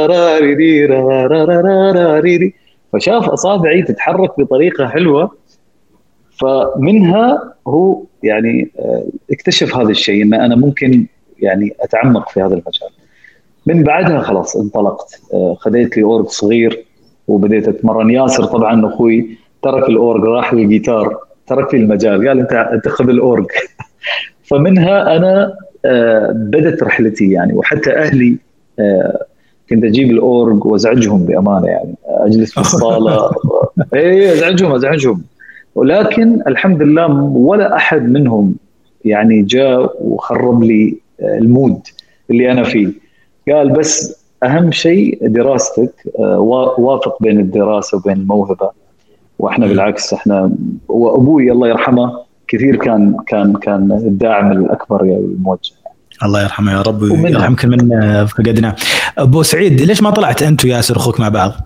فشاف اصابعي تتحرك بطريقه حلوه، فمنها هو يعني اكتشف هذا الشيء، ان انا ممكن يعني اتعمق في هذا المجال. من بعدها خلاص انطلقت، خذيت لي اورج صغير وبديت اتمرن. ياسر طبعا اخوي ترك الاورج راح للجيتار، ترك لي المجال، قال انت خذ الاورج. فمنها انا بدت رحلتي يعني. وحتى اهلي كنت اجيب الاورج وازعجهم بامانه، يعني اجلس في الصاله اي ازعجهم، ولكن الحمد لله ولا احد منهم يعني جاء وخرب لي المود اللي انا فيه. قال بس اهم شيء دراستك، وافق بين الدراسه وبين الموهبه. واحنا بالعكس، احنا وابوي الله يرحمه كثير كان الداعم الاكبر الموجه. الله يرحمه يا رب ويرحم كل من فقدنا. ابو سعيد، ليش ما طلعت انت وياسر اخوك مع بعض؟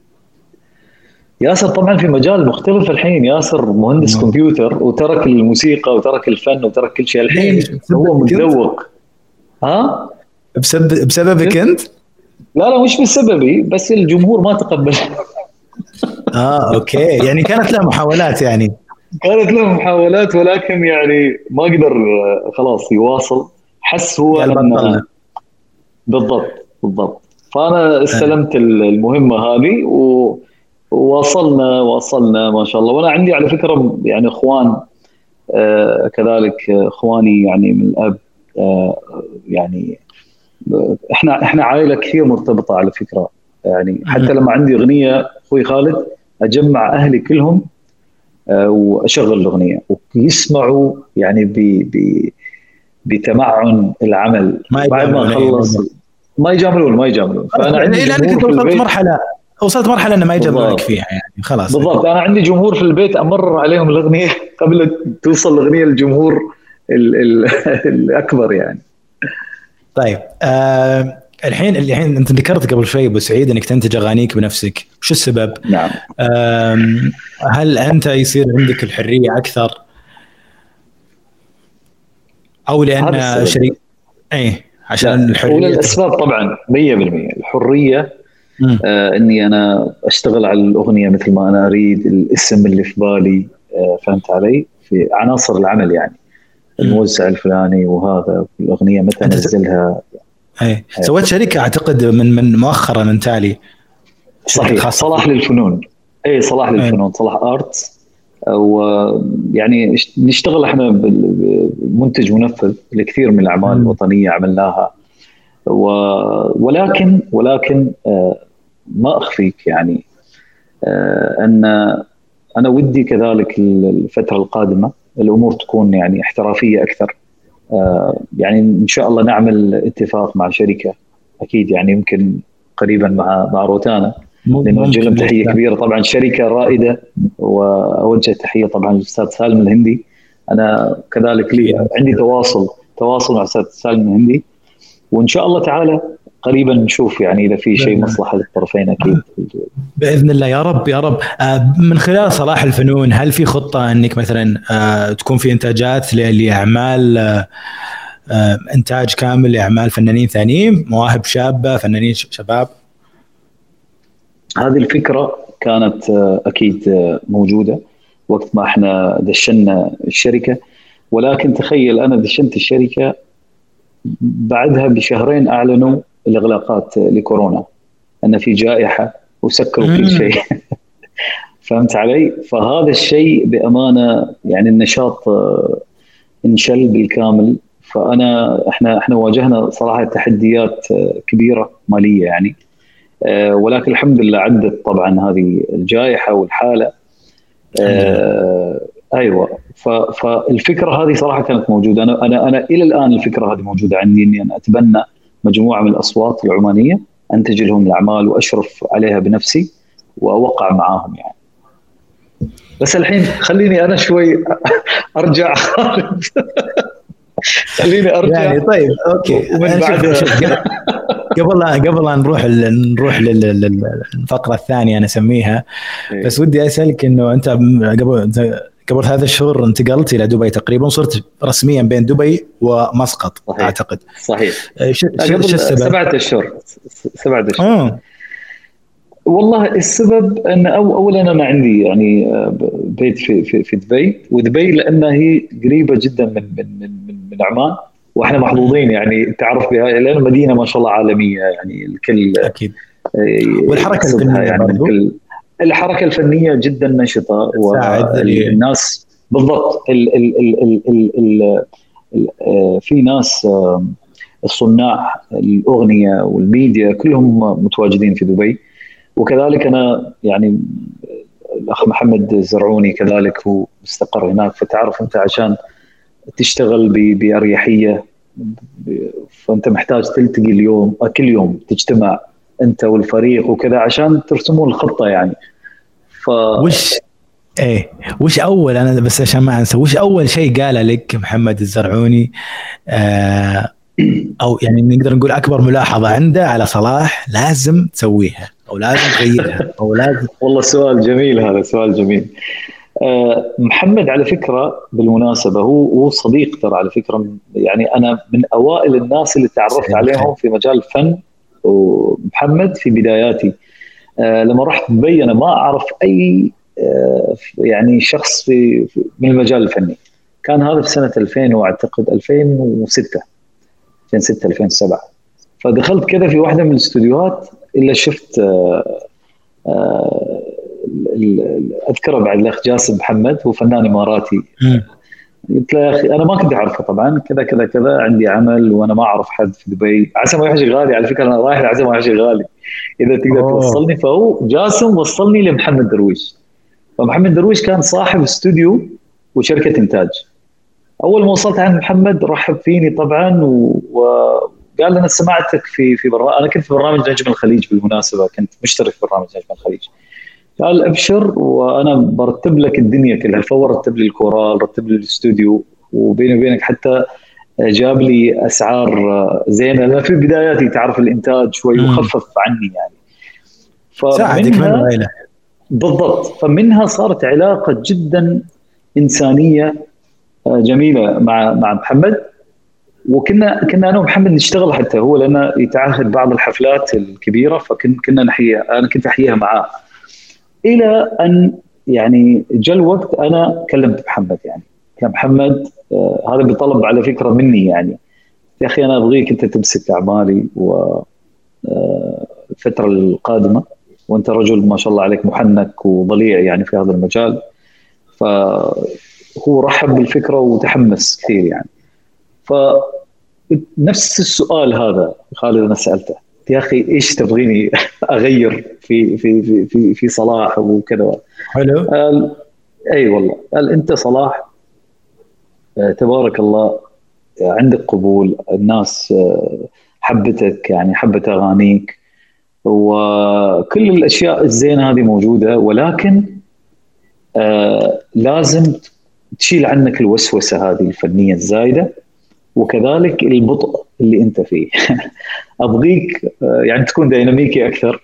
ياسر طبعا في مجال مختلف الحين، ياسر مهندس كمبيوتر وترك الموسيقى وترك الفن وترك كل شيء الحين. هو متذوق. ها؟ بسببك انت؟ لا مش بسببي، بس الجمهور ما تقبل. اوكي، يعني كانت له محاولات، يعني كانت له محاولات، ولكن يعني ما قدر خلاص يواصل. حس هو أن بالضبط. فأنا استلمت المهمة هذه ووصلنا ما شاء الله. وأنا عندي على فكرة يعني إخوان كذلك، إخواني يعني من الأب، يعني إحنا عائلة كثير مرتبطة على فكرة. يعني حتى لما عندي أغنية أخوي خالد أجمع أهلي كلهم وأشغل الأغنية ويسمعوا يعني بتمعن العمل. بعد ما أخلص ما يجاملون. فأنا عندي لأنك وصلت مرحلة أنه ما يجاملونك فيها يعني خلاص. بالضبط. أنا عندي جمهور في البيت أمرر عليهم الأغنية قبل توصل الأغنية للجمهور الأكبر يعني. طيب الحين أنت ذكرت قبل شوي أبو سعيد أنك تنتج أغانيك بنفسك، شو السبب؟ نعم. هل أنت يصير عندك الحرية أكثر، أو لأن شريك؟ عشان الحرية. الأسباب طبعا 100% الحرية. إني أنا أشتغل على الأغنية مثل ما أنا أريد، الاسم اللي في بالي، فهمت علي، في عناصر العمل يعني الموزع الفلاني وهذا الأغنية متى نزلها. سويت شركة أعتقد من مؤخرا من تالي. صحيح، صلاح للفنون. صلاح للفنون، صلاح آرتس. ويعني نشتغل احنا بمنتج منفذ لكثير من الأعمال الوطنية عملناها. ولكن ما أخفيك يعني أن أنا ودي كذلك الفترة القادمة الأمور تكون يعني احترافية أكثر. يعني إن شاء الله نعمل اتفاق مع شركة أكيد، يعني يمكن قريبا مع روتانا، نوجه لهم تحية كبيرة طبعا، شركة رائدة. وأوجه تحية طبعا للأستاذ سالم الهندي. أنا كذلك لي عندي تواصل مع الأستاذ سالم الهندي، وإن شاء الله تعالى قريبا نشوف يعني إذا في شيء مصلحة للطرفين أكيد بإذن الله. يا رب. من خلال صلاح الفنون، هل في خطة أنك مثلا تكون في إنتاجات لأعمال إنتاج كامل لأعمال فنانين ثانيين، مواهب شابة، فنانين شباب؟ هذه الفكرة كانت أكيد موجودة وقت ما احنا دشنا الشركة، ولكن تخيل أنا دشنت الشركة بعدها بشهرين أعلنوا الإغلاقات لكورونا، أن في جائحة وسكروا كل شيء. فهمت علي؟ فهذا الشيء بامانه يعني النشاط انشل بالكامل. احنا واجهنا صراحه تحديات كبيره ماليه يعني، ولكن الحمد لله عدت طبعا هذه الجائحه والحاله. ايوه. فالفكره هذه صراحه كانت موجوده. انا الى الان الفكره هذه موجوده عندي، اني انا اتبنى مجموعه من الاصوات العمانيه، انتج لهم الاعمال واشرف عليها بنفسي واوقع معاهم يعني. بس الحين خليني انا شوي ارجع خليني ارجع يعني. طيب اوكي، ومن بعد قبل لا نروح للفقره الثانيه انا اسميها، بس ودي اسالك انه انت قبل هذا الشهر انتقلت الى دبي تقريبا، صرت رسميا بين دبي ومسقط. صحيح. اعتقد صحيح. قبل 7 اشهر. والله السبب ان اولا انا عندي يعني بيت في دبي، ودبي لانها هي قريبه جدا من عمان، واحنا محظوظين يعني تعرف بها، لان مدينه ما شاء الله عالميه يعني الكل اكيد. والحركه الفنيه يعني برضو. الحركه الفنيه جدا نشطه، والناس بالضبط في ناس الصناع الاغنيه والميديا كلهم متواجدين في دبي. وكذلك انا يعني الاخ محمد الزرعوني كذلك هو مستقر هناك، فتعرف انت عشان تشتغل باريحيه فانت محتاج تلتقي اليوم كل يوم، تجتمع انت والفريق وكذا عشان ترسمون الخطه يعني. وش اول، انا بس عشان ما انسى، وش اول شيء قاله لك محمد الزرعوني او يعني نقدر نقول اكبر ملاحظه عنده على صلاح لازم تسويها او لازم تغيرها او لازم؟ والله سؤال جميل، هذا سؤال جميل. محمد على فكره بالمناسبه هو صديق ترى على فكره، يعني انا من اوائل الناس اللي تعرفت عليهم في مجال الفن، ومحمد في بداياتي لما رحت دبي انا ما اعرف اي يعني شخص من المجال الفني. كان هذا في سنه 2000 واعتقد 2006 2007. فدخلت كذا في واحده من الاستوديوهات الا شفت اذكره بعد الاخ جاسم محمد، هو فنان اماراتي. قلت له يا اخي انا ما كنت اعرفه طبعا، كذا كذا كذا عندي عمل وانا ما اعرف حد في دبي، عزم واحد غالي على فكره، انا رايح لعزم واحد غالي اذا تقدر توصلني. فهو جاسم وصلني لمحمد درويش. فمحمد درويش كان صاحب استوديو وشركه انتاج. اول ما وصلت عند محمد رحب فيني طبعا وقال انا سمعتك في انا كنت في برنامج نجم الخليج بالمناسبه، كنت مشترك في برنامج نجم الخليج. قال ابشر وانا برتب لك الدنيا كلها. فورتب لي الكورال، رتب لي الاستوديو، وبيني وبينك حتى جاب لي اسعار زينه، لان في بداياتي تعرف الانتاج شوي وخفف عني يعني. ساعدك من العائله بالضبط. فمنها صارت علاقه جدا انسانيه جميله مع محمد. وكنا انا ومحمد نشتغل، حتى هو لنا يتعهد بعض الحفلات الكبيره فكنا نحييها، انا كنت احييها معاه، الى ان يعني جاء الوقت انا كلمت محمد يعني يا محمد هذا بيطلب على فكره مني يعني، يا اخي انا ابغيك انت تمسك اعمالي الفتره القادمه، وانت رجل ما شاء الله عليك محنك وضليع يعني في هذا المجال. فهو رحب بالفكره وتحمس كثير يعني. فنفس السؤال هذا خالد انا سالته، يا اخي ايش تبغيني اغير في صلاح وكذا؟ حلو. قال اي والله، قال انت صلاح تبارك الله عندك قبول، الناس حبتك يعني، حبت اغانيك وكل الاشياء الزينه هذه موجوده، ولكن لازم تشيل عنك الوسوسه هذه الفنيه الزايده، وكذلك البطء اللي انت فيه. ابغيك يعني تكون ديناميكي اكثر،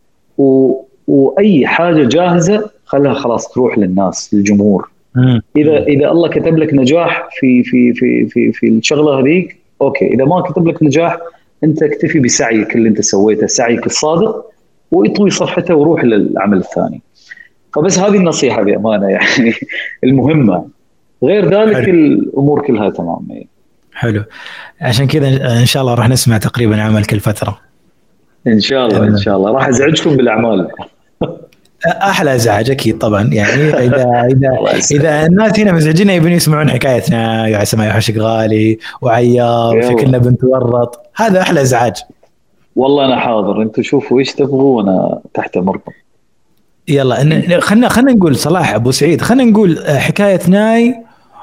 واي حاجه جاهزه خلها خلاص تروح للناس للجمهور. اذا الله كتب لك نجاح في الشغله هذيك اوكي، اذا ما كتب لك نجاح انت اكتفي بسعيك اللي انت سويته، سعيك الصادق، واطوي صفحته وروح للعمل الثاني. فبس هذه النصيحه بامانه يعني المهمه، غير ذلك حلو. الامور كلها تمام. حلو. عشان كذا ان شاء الله راح نسمع تقريبا عمل كل فتره ان شاء الله. ان شاء الله راح ازعجكم بالاعمال. احلى ازعاج اكيد طبعا. يعني اذا الناس هنا مزعجين يبون يسمعون حكايتنا يا سماء يحشق غالي وعيار وشكلنا بنتورط، هذا احلى ازعاج. والله انا حاضر، انتم شوفوا ايش تبغوا وانا تحت امركم. يلا خلنا نقول صلاح ابو سعيد، خلنا نقول حكايه ناي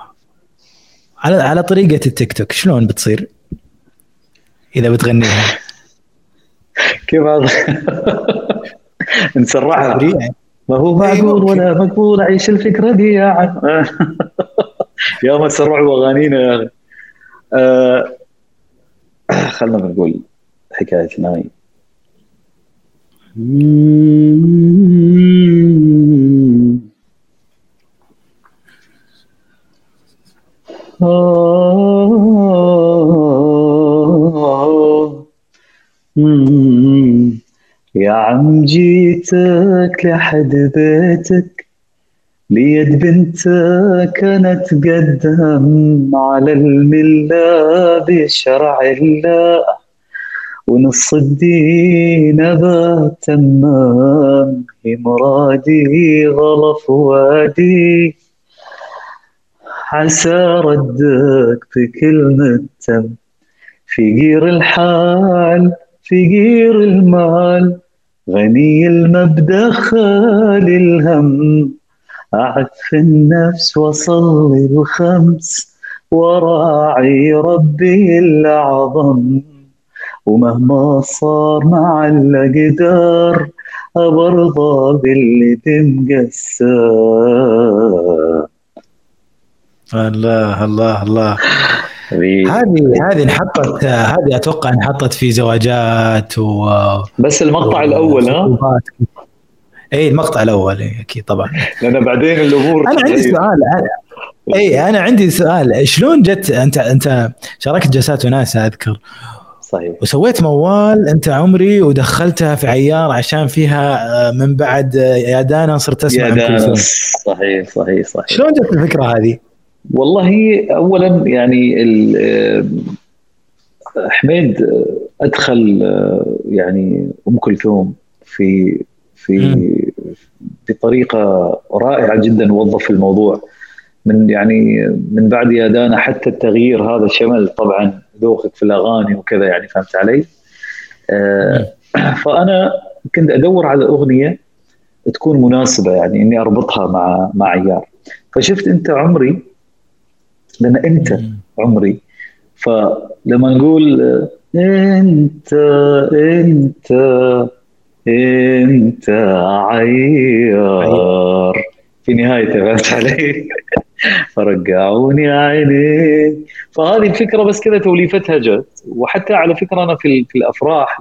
على طريقه التيك توك، شلون بتصير اذا بتغنيها؟ كيف هذا؟ نسرعها، ما هو معقول ولا مقبول عيش الفكره دي يا عم. يا ما تسرعوا اغانينا يا اخي. خلنا نقول حكايه ناي. يا عم جيتك لحد بيتك، ليد بنتك أنا تقدم على الملة بشرع الله، ونص الدين بتمام مرادي غلف وادي، عسى ردك بكلمة تم، في قير الحال في قير المال، غني المبدأ خالي الهم، أعف النفس وصلي الخمس، وراعي ربي الأعظم، ومهما صار مع الأقدار أبرضى باللي بمقسم. الله الله الله. هذه انحطت، هذه اتوقع انحطت في زواجات بس المقطع الاول. اي المقطع الاول اكيد طبعا، لان بعدين الامور. انا عندي سؤال. انا عندي سؤال، شلون جت انت شاركت جلسات وناس اذكر، صحيح، وسويت موال انت عمري ودخلتها في عيار عشان فيها من بعد يا دانا صرت اسمع ام كلثوم. صحيح. شلون جت الفكره هذه؟ والله اولا يعني حميد ادخل يعني ام كلثوم في بطريقه رائعه جدا، وظف الموضوع من بعد يا دانا حتى التغيير هذا شمل طبعا ذوقك في الاغاني وكذا، يعني فهمت علي. فانا كنت ادور على اغنيه تكون مناسبه، يعني اني اربطها مع عيار. فشفت انت عمري، لان انت عمري، فلما نقول انت عيار في نهايته، فهمت علي. فرجعوني عينيك. فهذه الفكره بس كذا توليفتها جت. وحتى على فكره انا في الافراح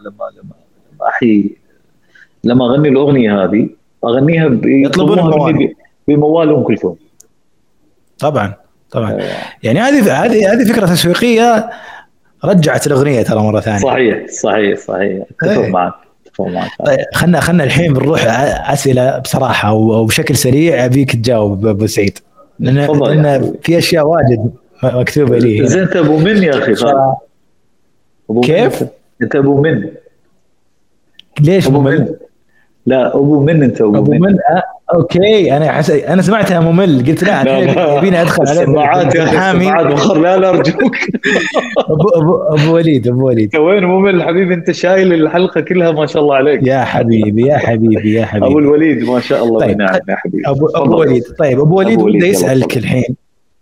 لما اغني الاغنيه هذه اغنيها بموال ام كلثوم. طبعا يعني هذه فكره تسويقيه رجعت الاغنيه ترى مره ثانيه. صحيح اتفق معك. طيب خلنا الحين بنروح اسئله بصراحه وبشكل سريع ابيك تجاوب ابو سعيد، لان في اشياء واجد مكتوبه لي. زين انت ابو من يا اخي؟ كيف انت ابو من؟ ليش ابو من؟ لا ابو من، انت ابو من. اوكي انا سمعتها ممل، قلت لا يبيني ادخل عليه السماعات يا السماعات بخر. لا ارجوك. ابو وليد انت وين ممل حبيبي؟ انت شايل الحلقه كلها ما شاء الله عليك يا حبيبي ابو الوليد ما شاء الله. طيب. نعم يا حبيبي ابو وليد. طيب ابو وليد بدي يسالك الحين،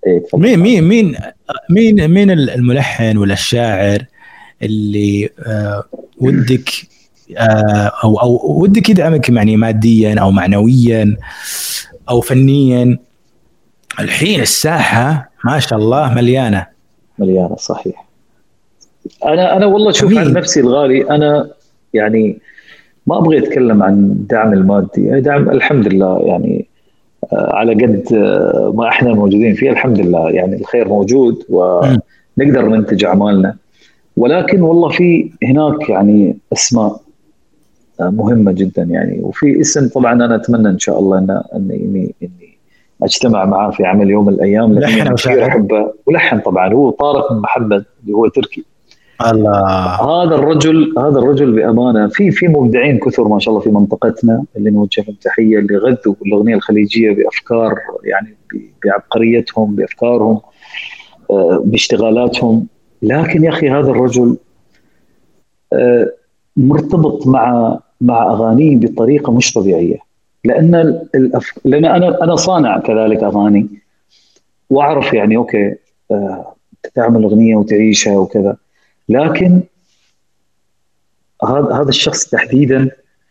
مين الملحن ولا الشاعر اللي ودك او ودك يدعمك يعني ماديا او معنويا او فنيا؟ الحين الساحه ما شاء الله مليانه. صحيح. انا والله شوف عن نفسي الغالي، انا يعني ما ابغى اتكلم عن الدعم المادي. دعم الحمد لله يعني على قد ما احنا موجودين فيه الحمد لله، يعني الخير موجود ونقدر ننتج اعمالنا. ولكن والله في هناك يعني اسماء مهمه جدا يعني، وفي اسم طبعا انا اتمنى ان شاء الله اني اجتمع معاه في عمل يوم من الايام، لحن كثير احبه. ولحن طبعا هو طارق محمد اللي هو تركي. الله. هذا الرجل بامانه في مبدعين كثر ما شاء الله في منطقتنا اللي نوجه لهم تحيه، اللي غذوا الاغنيه الخليجيه بافكار، يعني بعبقريتهم، بافكارهم، باشتغالاتهم. لكن يا اخي هذا الرجل مرتبط مع اغانيه بطريقه مش طبيعيه، لان انا صانع كذلك اغاني، واعرف يعني اوكي تعمل اغنيه وتعيشها وكذا، لكن هذا الشخص تحديدا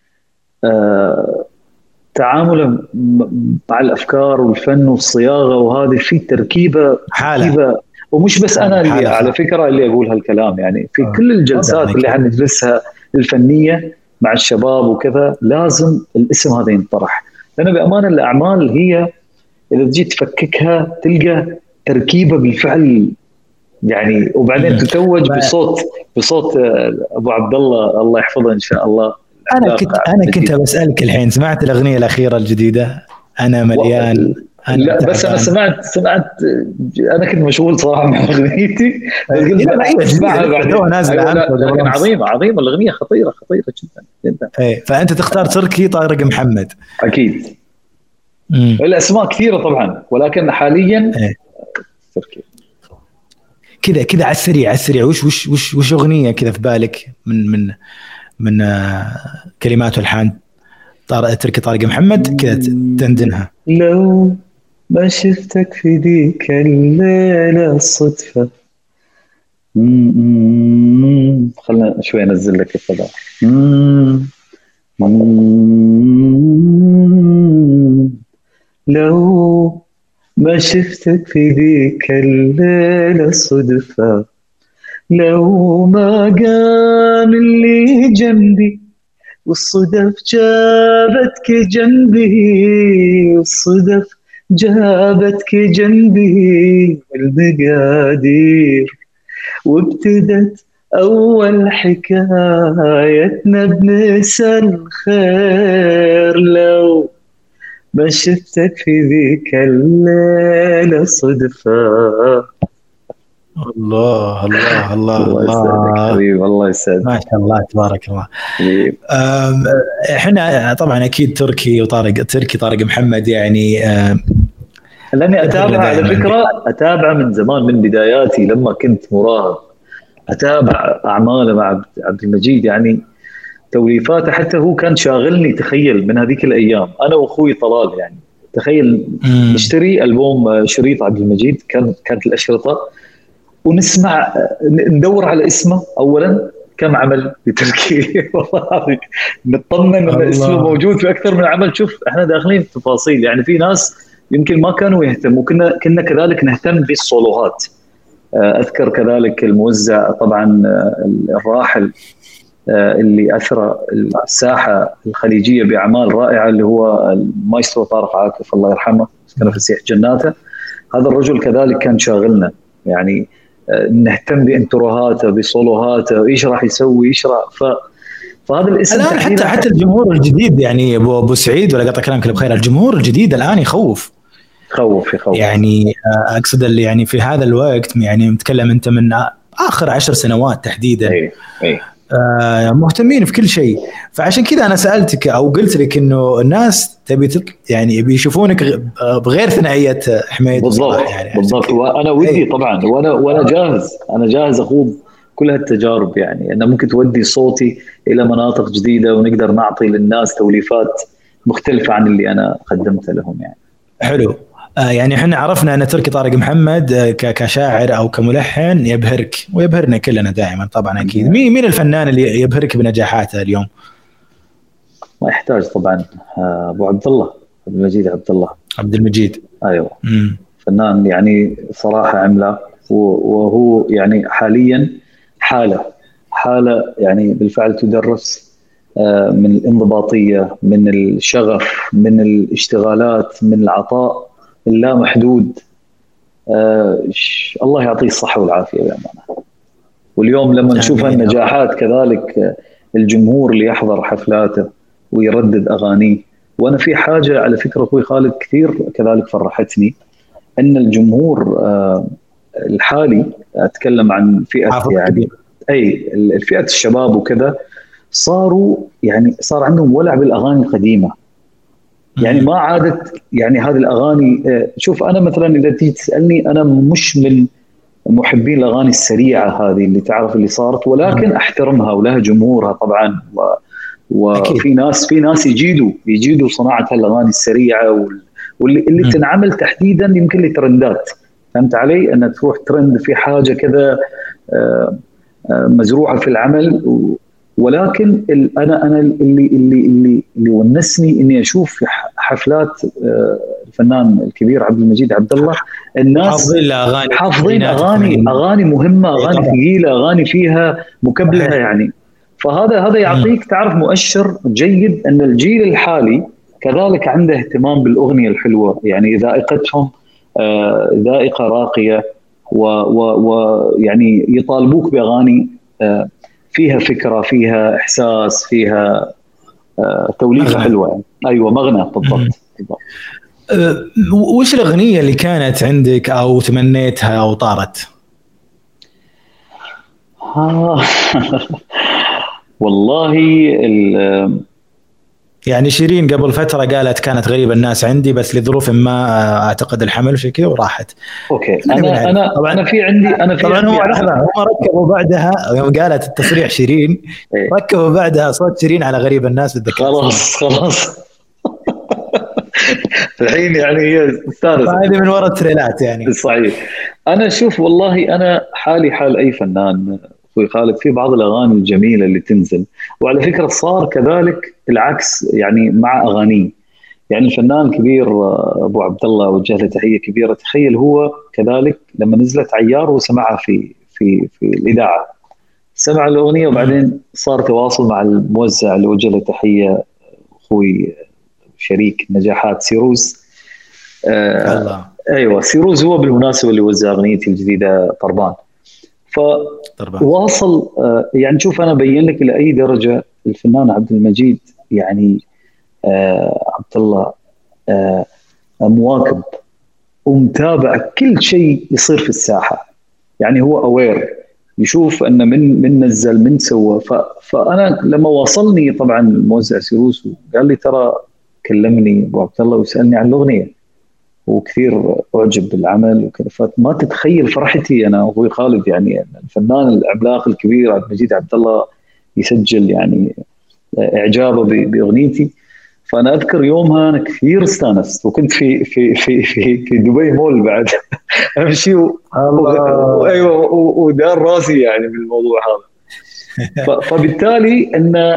تعامله مع الافكار والفن والصياغه، وهذه في تركيبه ومش بس انا اللي على فكره اللي اقول هالكلام، يعني في كل الجلسات اللي حنجلسها الفنيه مع الشباب وكذا لازم الاسم هذا ينطرح، لأنه بامانه الاعمال هي اذا تجي تفككها تلقى تركيبه بالفعل يعني، وبعدين تتوج بصوت ابو عبد الله يحفظه ان شاء الله. انا كنت بسالك الحين، سمعت الاغنيه الاخيره الجديده انا مليان؟ لا بس انا سمعت انا كنت مشغول صراحه مع اغنيتي، اسمعها لكن عظيمه الاغنيه، خطيره جدا جدا. فانت تختار تركي طارق محمد؟ اكيد. الاسماء كثيره طبعا، ولكن حاليا تركي. كذا على السريع وش اغنيه كذا في بالك من كلمات والحان تركي طارق محمد كذا تندنها؟ لو ما شفتك في ذيك الليله الصدفه، خلنا شوي انزل لك الصدى. لو ما شفتك في ذيك الليلة صدفة، لو ما قام اللي جنبي والصدف جابتك جنبي، والصدف جابتك جنبي والمقادير، وابتدت أول حكايتنا بمسا الخير، لو ما شفتك في ذيك الليلة صدفة. الله الله الله الله حبيبي، الله يسعدك، ما شاء الله تبارك الله. احنا طبعا اكيد تركي طارق محمد يعني لاني اتابع على فكره، اتابع من زمان، من بداياتي لما كنت مراهق اتابع اعماله مع عبد المجيد، يعني توليفاته حتى هو كان شاغلني. تخيل من هذيك الايام انا واخوي طلال، يعني تخيل نشتري البوم شريط عبد المجيد، كانت الاشرطه، ونسمع ندور على اسمه اولا كم عمل بتركي والله نطمن ان اسمه موجود في اكثر من عمل. شوف احنا داخلين في تفاصيل، يعني في ناس يمكن ما كانوا يهتموا، كنا كذلك نهتم بالصولوهات. اذكر كذلك الموزع طبعا الراحل اللي اثرى الساحه الخليجيه باعمال رائعه، اللي هو المايسترو طارق عاكف الله يرحمه، كان فسيح جناته. هذا الرجل كذلك كان شاغلنا، يعني نهتم بانتروهاته بصولوهاته، ايش راح يسوي، ايش راح فهذا الاسم الان حتى الجمهور الجديد، يعني ابو سعيد ولا قطع كلامك بخير، الجمهور الجديد الان يخوف يعني اقصد اللي يعني في هذا الوقت، يعني متكلم انت من اخر 10 سنوات تحديدا. مهتمين في كل شيء، فعشان كذا انا سالتك او قلت لك انه الناس تبي يعني بيشوفونك بغير ثنائيه حميد. بالضبط وانا ودي طبعا، وانا جاهز اخوض كل هالتجارب، يعني انا ممكن تودي صوتي الى مناطق جديده ونقدر نعطي للناس توليفات مختلفه عن اللي انا قدمته لهم. يعني حلو. يعني احنا عرفنا ان تركي طارق محمد كشاعر او كملحن يبهرك ويبهرنا كلنا دائما طبعا اكيد. مين الفنان اللي يبهرك بنجاحاته اليوم؟ ما يحتاج طبعا ابو عبد عبد المجيد. ايوه فنان يعني صراحه عملاق، وهو يعني حاليا حاله يعني بالفعل تدرس من الانضباطيه، من الشغف، من الاشتغالات، من العطاء اللا محدود. الله يعطيه الصحة والعافية بأمانة. واليوم لما نشوف النجاحات كذلك، الجمهور اللي يحضر حفلاته ويردد أغانيه. وأنا في حاجة على فكرة أخوي خالد كثير كذلك فرحتني، أن الجمهور الحالي، أتكلم عن فئة يعني اي الفئه الشباب وكذا صاروا يعني صار عندهم ولع بالاغاني القديمه. يعني ما عادت يعني هذه الاغاني. شوف انا مثلا اذا تيجي تسالني، انا مش من محبين الاغاني السريعه هذه اللي تعرف اللي صارت، ولكن احترمها ولها جمهورها طبعا. وفي ناس يجيدوا صناعه هالاغاني السريعه واللي تنعمل تحديدا يمكن لترندات. فهمت علي؟ ان تروح ترند في حاجه كذا مزروعه في العمل. ولكن انا اللي ونسني اني اشوف حفلات الفنان الكبير عبد المجيد عبد الله، الناس حافظين اغاني مهمه، اغاني ثقيله، اغاني فيها مكبلة يعني. فهذا يعطيك تعرف مؤشر جيد ان الجيل الحالي كذلك عنده اهتمام بالاغنيه الحلوه، يعني ذائقتهم ذائقه راقيه، ويعني يطالبوك باغاني فيها فكره، فيها احساس، فيها توليفه حلوه يعني. ايوه مغنى بالضبط. وش الاغنيه اللي كانت عندك او تمنيتها او طارت؟ والله يعني شيرين قبل فتره قالت كانت غريبه الناس عندي، بس لظروف ما اعتقد الحمل وشي كذا وراحت. اوكي انا طبعا انا في عندي طبعا هم ركبوا بعدها يوم قالت التصريح شيرين ركبوا بعدها صوت شيرين على غريب الناس بالذكاء. خلاص الحين يعني هي استانس هذه من وراء التريلات يعني. صحيح. انا شوف والله انا حالي حال اي فنان اخوي خالد، في بعض الاغاني الجميله اللي تنزل، وعلى فكره صار كذلك العكس يعني مع اغاني. يعني الفنان الكبير ابو عبد الله وجه له تحيه كبيره، تخيل هو كذلك لما نزلت عيار وسمعها في الاذاعه، سمع الاغنيه وبعدين صار تواصل مع الموزع اللي وجه له تحيه اخوي شريك نجاحات سيروز. الله. ايوه سيروز هو بالمناسبه اللي وزع اغنيتي الجديده طربان. فواصل يعني شوف انا بين لك الى اي درجه الفنان عبد المجيد يعني عبد الله مواكب ومتابع كل شيء يصير في الساحه. يعني هو اوير، يشوف ان من نزل من سوى. فانا لما وصلني طبعا الموزع سيروس وقال لي ترى كلمني ابو عبد الله وسالني عن الاغنيه وكثير اعجب بالعمل وكذا، فما تتخيل فرحتي انا واخوي خالد. يعني الفنان العملاق الكبير عبد المجيد عبد الله يسجل يعني اعجابه باغنيتي. فانا اذكر يومها انا كثير استانست، وكنت في دبي مول بعد امشي ايوه ودار راسي يعني بالموضوع هذا. فبالتالي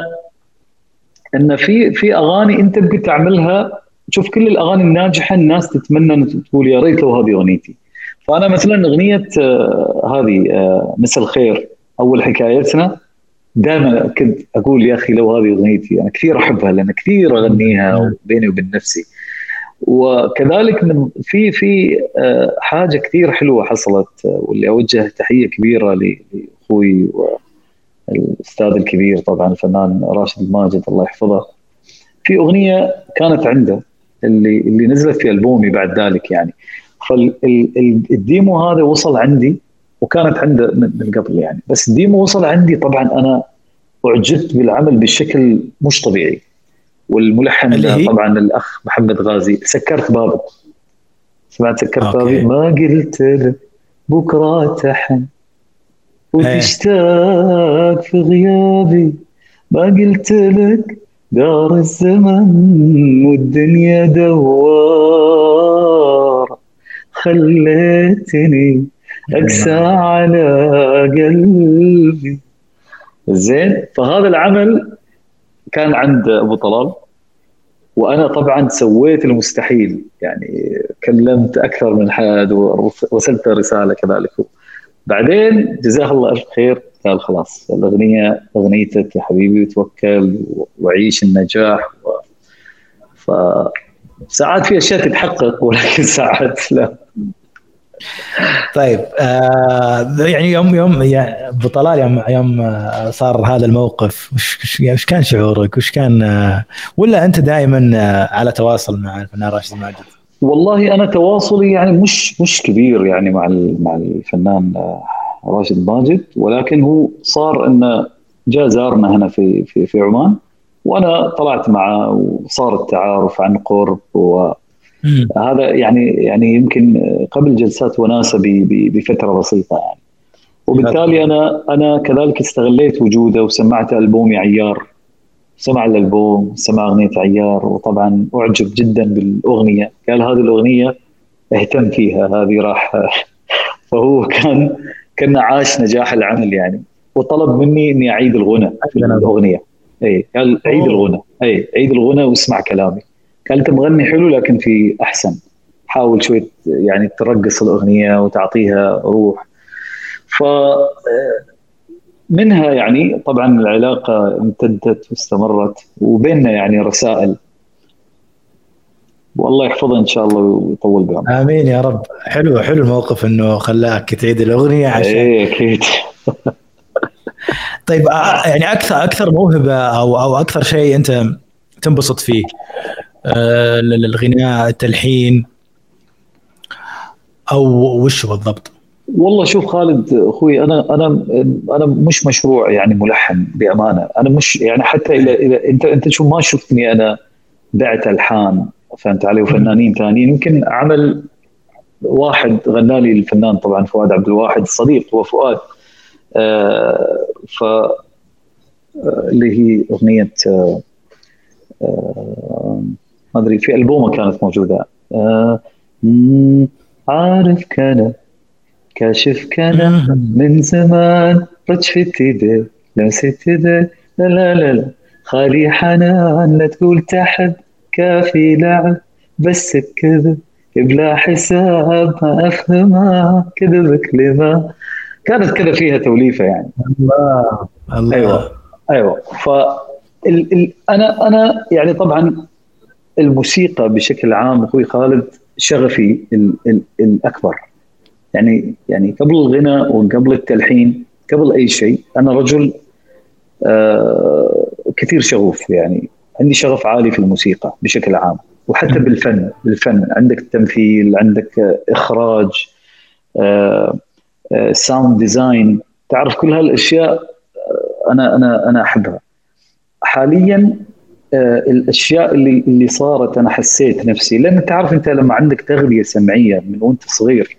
ان في اغاني انت بدك تعملها. شوف كل الاغاني الناجحه الناس تتمنى تقول يا ريت لو هذه اغنيتي. فانا مثلا اغنيه هذه مسا الخير اول حكايتنا دائما كنت اقول يا اخي لو هذه اغنيتي. انا كثير احبها لان كثير اغنيها بيني وبين نفسي. وكذلك من في حاجه كثير حلوه حصلت، واللي اوجه تحيه كبيره لاخوي والاستاذ الكبير طبعا الفنان راشد الماجد الله يحفظه. في اغنيه كانت عنده اللي نزلت في البومي بعد ذلك يعني. فالديمو هذا وصل عندي وكانت عنده من قبل يعني، بس الديمو وصل عندي طبعا انا اعجبت بالعمل بشكل مش طبيعي. والملحن طبعا الاخ محمد غازي. سكرت بابك، سمعت سكرت بابي؟ ما قلت لك بكره تحن وتشتاق في غيابي، ما قلت لك دار الزمن والدنيا دوار، خليتني أقسى على قلبي. زين. فهذا العمل كان عند أبو طلال، وأنا طبعا سويت المستحيل يعني كلمت أكثر من حد ووصلت رسالة كذلك. بعدين جزاه الله ألف خير قال خلاص الأغنية أغنيتك يا حبيبي وتوكل وعيش النجاح. فساعات في أشياء تتحقق ولكن ساعات لا. طيب يعني يوم يعني أبو طلال يوم صار هذا الموقف وش كان شعورك؟ وش كان ولا أنت دائما على تواصل مع الفنان راشد الماجد؟ والله أنا تواصلي يعني مش كبير يعني مع الفنان راشد ماجد، ولكن هو صار انه جاء زارنا هنا في عمان، وانا طلعت معه وصار التعارف عن قرب. وهذا يعني يمكن قبل جلسات وناسه بفتره بسيطه يعني. وبالتالي انا كذلك استغليت وجوده وسمعت البومي عيار، سمع الالبوم، سمع اغنيه عيار، وطبعا اعجب جدا بالاغنيه، قال هذه الاغنيه اهتم فيها، هذه راح فهو كان عاش نجاح العمل يعني، وطلب مني اني اعيد الغنى في الاغنيه. اي قال عيد الغنى، عيد الغنى واسمع كلامي. قال انت مغني حلو لكن في احسن، حاول شوي يعني ترقص الاغنيه وتعطيها روح. ف منها يعني طبعا العلاقه امتدت واستمرت، وبيننا يعني رسائل، والله يحفظه ان شاء الله ويطول بعمره. امين يا رب. حلو الموقف انه خلاك تعيد الاغنيه عشان اكيد. طيب يعني اكثر موهبه او اكثر شيء انت تنبسط فيه، الغناء، التلحين، او وش بالضبط؟ والله شوف خالد اخوي، انا مش مشروع يعني ملحن بامانه، انا مش يعني حتى اذا انت شو ما شفتني انا بعت الحان، فهمت علي، وفنانين ثانيين. يمكن عمل واحد غنى لي الفنان طبعا فؤاد عبد الواحد الصديق، هو فؤاد، ف اللي هي اغنيه ما ادري في البومه كانت موجوده، عارف كان كاشف كان من زمان رجفت ايدي لمست ايدي لا لا لا لا خالي حنان لا تقول تحب كافي لعب بس بكذب بلا حساب ما افهمها كذب كلمه، كانت كذا فيها توليفه يعني. الله ايوه ف انا يعني طبعا الموسيقى بشكل عام اخوي خالد شغفي الاكبر يعني قبل الغناء وقبل التلحين، قبل اي شيء انا رجل كثير شغوف، يعني عندي شغف عالي في الموسيقى بشكل عام، وحتى بالفن عندك تمثيل، عندك اخراج، ساوند ديزاين، تعرف كل هالاشياء انا احبها. حاليا الاشياء اللي صارت انا حسيت نفسي، لان تعرف انت لما عندك تغذيه سمعيه من وانت صغير،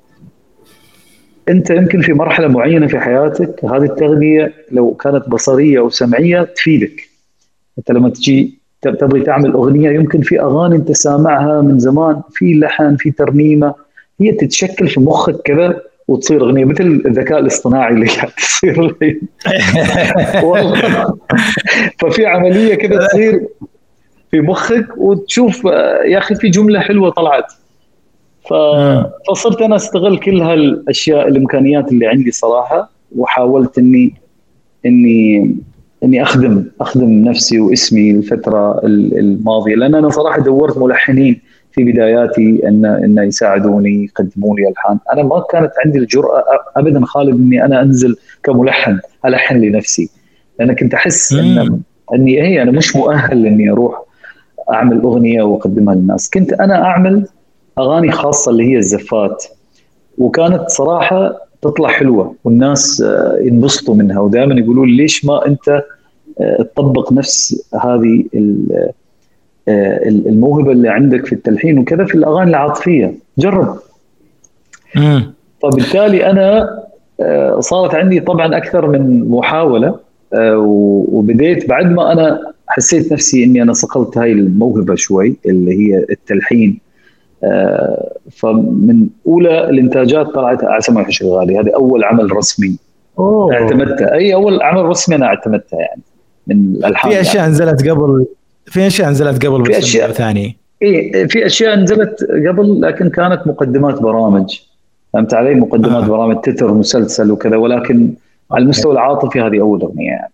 انت يمكن في مرحله معينه في حياتك هذه التغذيه لو كانت بصريه او سمعيه تفيدك. انت لما تجي تبغي تعمل اغنيه، يمكن في اغاني انت سامعها من زمان، في لحن، في ترنيمه، هي تتشكل في مخك كذا وتصير اغنيه، مثل الذكاء الاصطناعي اللي قاعد تصير والله. ففي عمليه كذا تصير في مخك وتشوف يا اخي في جمله حلوه طلعت، فصرت انا استغل كل هالاشياء، الامكانيات اللي عندي صراحه، وحاولت اني اخدم نفسي واسمي الفتره الماضيه، لان انا صراحه دورت ملحنين في بداياتي ان يساعدوني يقدموا لي الحان. انا ما كانت عندي الجرأه ابدا خالد اني انا انزل كملحن الحن لنفسي، لان كنت احس اني انا مش مؤهل اني اروح اعمل اغنيه واقدمها للناس. كنت انا اعمل اغاني خاصه اللي هي الزفات، وكانت صراحه تطلع حلوه والناس ينبسطوا منها، ودائما يقولوا لي ليش ما انت تطبق نفس هذه الموهبه اللي عندك في التلحين وكذا في الاغاني العاطفيه، جرب. فبالتالي انا صارت عندي طبعا اكثر من محاوله، وبديت بعد ما انا حسيت نفسي اني انا صقلت هاي الموهبه شوي اللي هي التلحين. فمن اولى الانتاجات طلعت عسى يحش الغالي، هذا اول عمل رسمي اعتمدته، اي اول عمل رسمي انا اعتمدته يعني من الالحان. في اشياء نزلت قبل، في اشياء ثانيه، في اشياء نزلت قبل لكن كانت مقدمات برامج، فهمت علي، مقدمات برامج تتر مسلسل وكذا، ولكن على المستوى العاطفي هذه اول اغنيه يعني.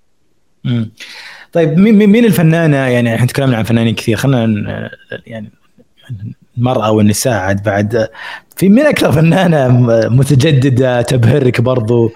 طيب مين الفنانه؟ يعني احنا تكلمنا عن فنانين كثير، خلينا يعني المرأة والنساء عاد بعد، في مين أكثر فنانة متجددة تبهرك برضو؟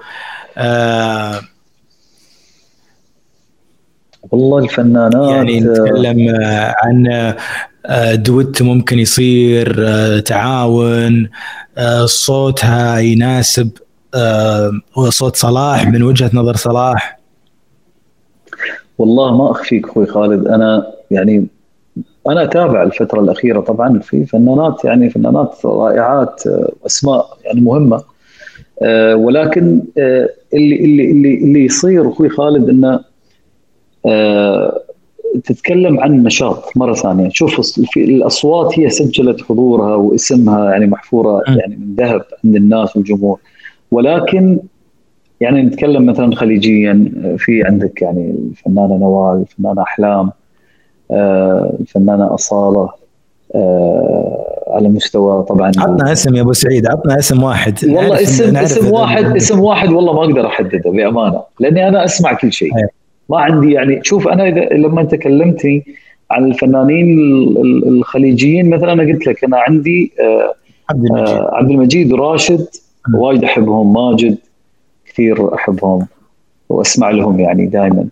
والله الفنانات يعني نتكلم عن دويت ممكن يصير، تعاون، صوتها يناسب صوت صلاح من وجهة نظر صلاح؟ والله ما أخفيك أخوي خالد، أنا يعني أنا أتابع الفترة الأخيرة طبعا في فنانات، يعني فنانات رائعات، أسماء يعني مهمة، ولكن اللي يصير أخوي خالد إنه تتكلم عن نشاط مرة ثانية. شوف في الأصوات هي سجلت حضورها واسمها يعني محفورة يعني من ذهب عند الناس والجمهور، ولكن يعني نتكلم مثلا خليجيا، في عندك يعني الفنانة نوال، الفنانة أحلام، الفنانة أصالة، على مستوى طبعا. عطنا اسم يا ابو سعيد، عطنا اسم واحد. والله اسم واحد والله ما اقدر احدده بامانه، لاني انا اسمع كل شيء. ما عندي يعني، شوف انا لما انت كلمتني عن الفنانين الخليجيين مثلا، انا قلت لك انا عندي عبد المجيد وراشد وايد احبهم، ماجد كثير احبهم واسمع لهم يعني دائما.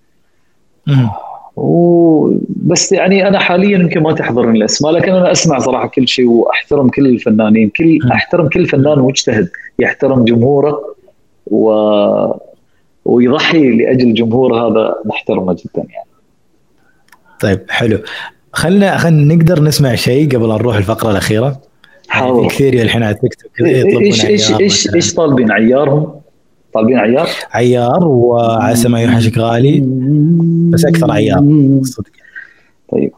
بس يعني انا حاليا يمكن ما تحضرني الاسماء، لكن انا اسمع صراحه كل شيء واحترم كل الفنانين، احترم كل فنان مجتهد يحترم جمهوره ويضحي لاجل جمهوره، هذا نحترمه جدا يعني. طيب حلو، خلنا نقدر نسمع شيء قبل ان نروح الفقره الاخيره. حاضر. كثير الحين على تيك توك ايش طالبين عيارهم؟ طالبين عيار وعسى ما يوحشك غالي، بس اكثر عيار صدق. طيب.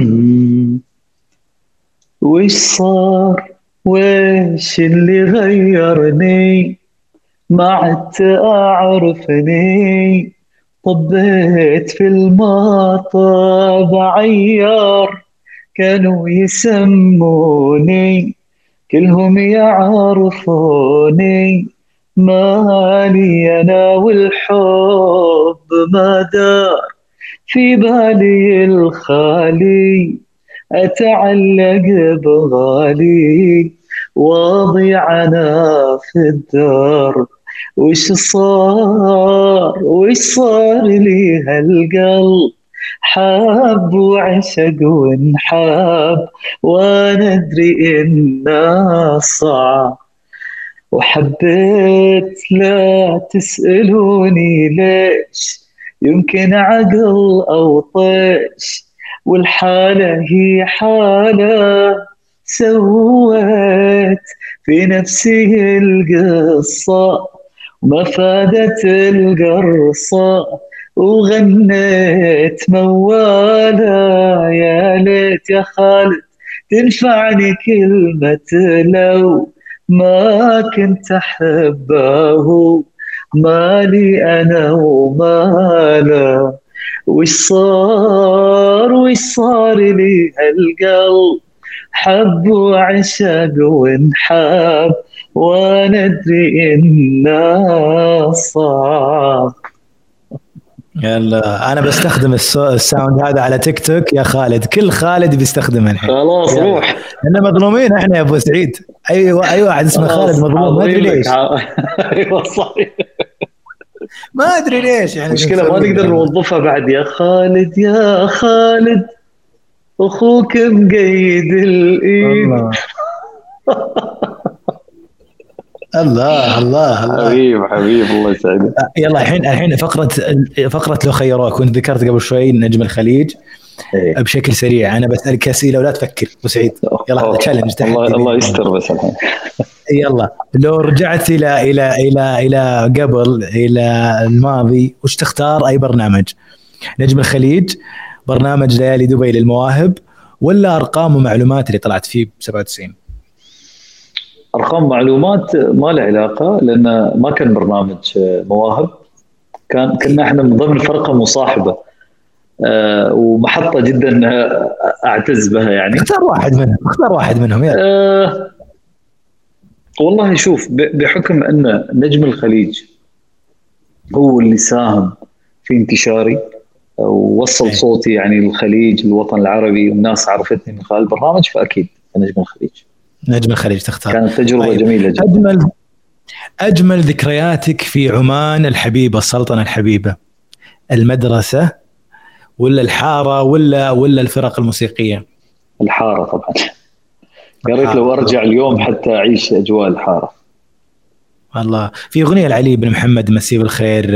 وش صار وش اللي غيرني، ما عدت اعرفني، طبيت في المطب عيار، كانوا يسموني كلهم يعرفوني، مالي أنا والحب ما دار في بالي الخالي، أتعلق بغالي واضيع أنا في الدار. وش صار لي هالقلب، حاب وعشق وانحاب، وانا ادري انه صعب، وحبيت لا تسألوني ليش، يمكن عقل أو طيش، والحالة هي حالة، سويت في نفسي القصة وما فادت القرصة، وغنيت موالة يا ليت يا خالد تنفعني كلمة لو ما كنت أحبه، مالي أنا وماله. وش صار لي هالقلب، حب وعشق وانحاب، وانا ادري انه صعب. يلا انا بستخدم الساوند هذا على تيك توك يا خالد، كل خالد بيستخدمه الحين. خلاص روح، احنا مظلومين احنا يا ابو سعيد. اي واحد اسمه خالد مظلوم، ما ادري ليش. ايوه صحيح، ما ادري ليش يعني. مشكله ما نقدر نوظفها بعد. يا خالد يا خالد اخوك مقيد الايد. الله الله حبيب الله يسعدك. يلا الحين فقره لو خيروك، كنت ذكرت قبل شوي نجم الخليج. بشكل سريع انا بسالك اسئله ولا تفكر ابو سعيد. يلا هذا تشالنج تحدي. الله يستر بس الحين. يلا لو رجعت الى قبل الى الماضي، وش تختار؟ اي برنامج؟ نجم الخليج، برنامج ليالي دبي للمواهب، ولا ارقام ومعلومات اللي طلعت فيه ب97؟ ارقام معلومات ما له علاقه، لان ما كان برنامج مواهب، كنا احنا من ضمن فرقه مصاحبه ومحطه جدا اعتز بها يعني. اختار واحد منهم يلا. والله شوف، بحكم ان نجم الخليج هو اللي ساهم في انتشاري ووصل صوتي يعني للخليج، الوطن العربي، والناس عرفتني من خلال البرنامج، فاكيد نجم الخليج تختار. كانت تجربه جميله جدا. اجمل ذكرياتك في عمان الحبيبه، السلطنه الحبيبه، المدرسه ولا الحاره ولا الفرق الموسيقيه؟ الحاره طبعا. يا ريت لو ارجع اليوم حتى اعيش اجواء الحاره. الله. في اغنيه لعلي بن محمد مسيه بالخير،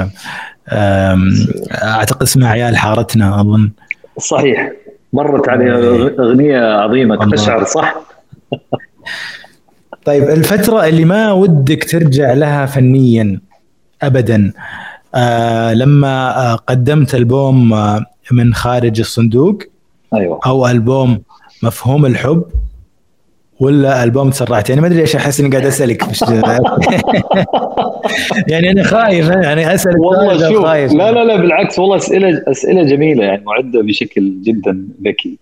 اعتقد اسمها عيال حارتنا اظن. صحيح، مرت عليها اغنيه عظيمه تقشعر. صح. طيب الفتره اللي ما ودك ترجع لها فنيا ابدا، لما قدمت ألبوم من خارج الصندوق، ايوه، او ألبوم مفهوم الحب، ولا ألبوم تسرعت؟ يعني ما ادري ليش احس اني قاعد اسالك يعني انا خايف، يعني اسالك والله شوف، خايف. لا بالعكس، والله اسئله جميله يعني، معده بشكل جدا ذكي.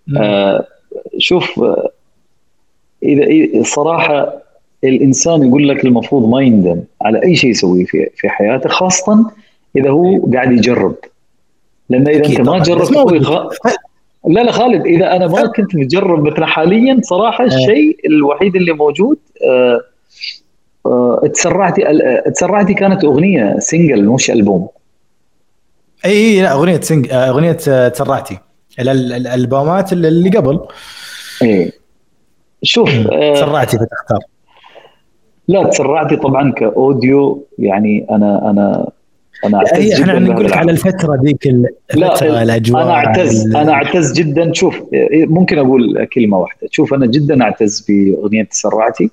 شوف، اذا صراحه الانسان يقول لك المفروض ما يندم على اي شيء يسويه في حياته، خاصه اذا هو قاعد يجرب. لان اذا انت ما جربت اخوي لا خالد، اذا انا ما كنت مجرب مثل حاليا صراحه، الشيء الوحيد اللي موجود تسرعتي كانت اغنيه سنجل مش البوم. اي لا، اغنيه تسرعتي، الالبومات اللي قبل. ايه شوف، تسرعتي فتختار. لا، تسرعتي طبعا كاوديو يعني. انا اعتز جدا. احنا نقول لك على الفتره ذيك، الفتره الاجواء. انا اعتز جدا. شوف، ممكن اقول كلمه واحده. شوف، انا جدا اعتز باغنيه تسرعتي،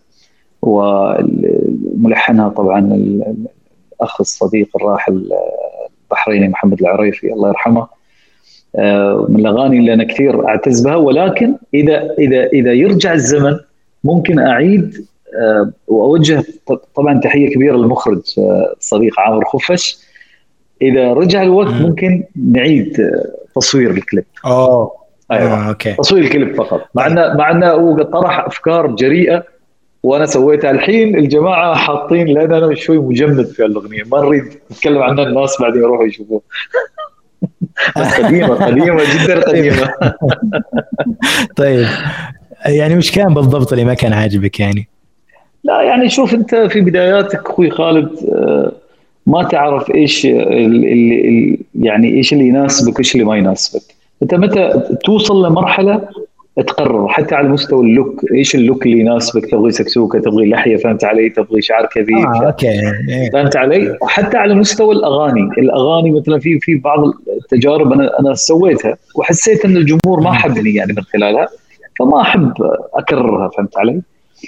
وملحنها طبعا الاخ الصديق الراحل البحريني محمد العريفي الله يرحمه. من الاغاني اللي انا كثير اعتز بها. ولكن اذا يرجع الزمن ممكن اعيد واوجه طبعا تحيه كبيره للمخرج الصديق عامر خفش. اذا رجع الوقت ممكن نعيد تصوير الكليب. ايوه، اوكي. تصوير الكليب فقط، مع انه هو طرح افكار جريئه وانا سويتها. الحين الجماعه حاطين، لان انا شوي مجمد في الاغنيه، ما نريد نتكلم عنها، الناس بعدين يروحوا يشوفوها. بس قديمه جدا قديمه. طيب يعني مش كان بالضبط اللي ما كان عاجبك يعني؟ لا يعني شوف، انت في بداياتك اخوي خالد ما تعرف ايش يعني ايش اللي يناسبك وايش اللي ما يناسبك. انت متى توصل لمرحله تقرر، حتى على مستوى اللوك، ايش اللوك اللي يناسبك. تبغي سكسوكه، تبغي لحيه، فهمت علي، تبغي شعر كثيف، اوكي، فهمت علي. وحتى على مستوى الاغاني مثلا، في بعض التجارب انا سويتها وحسيت ان الجمهور ما حبني يعني من خلالها، فما احب اكررها، فهمت علي.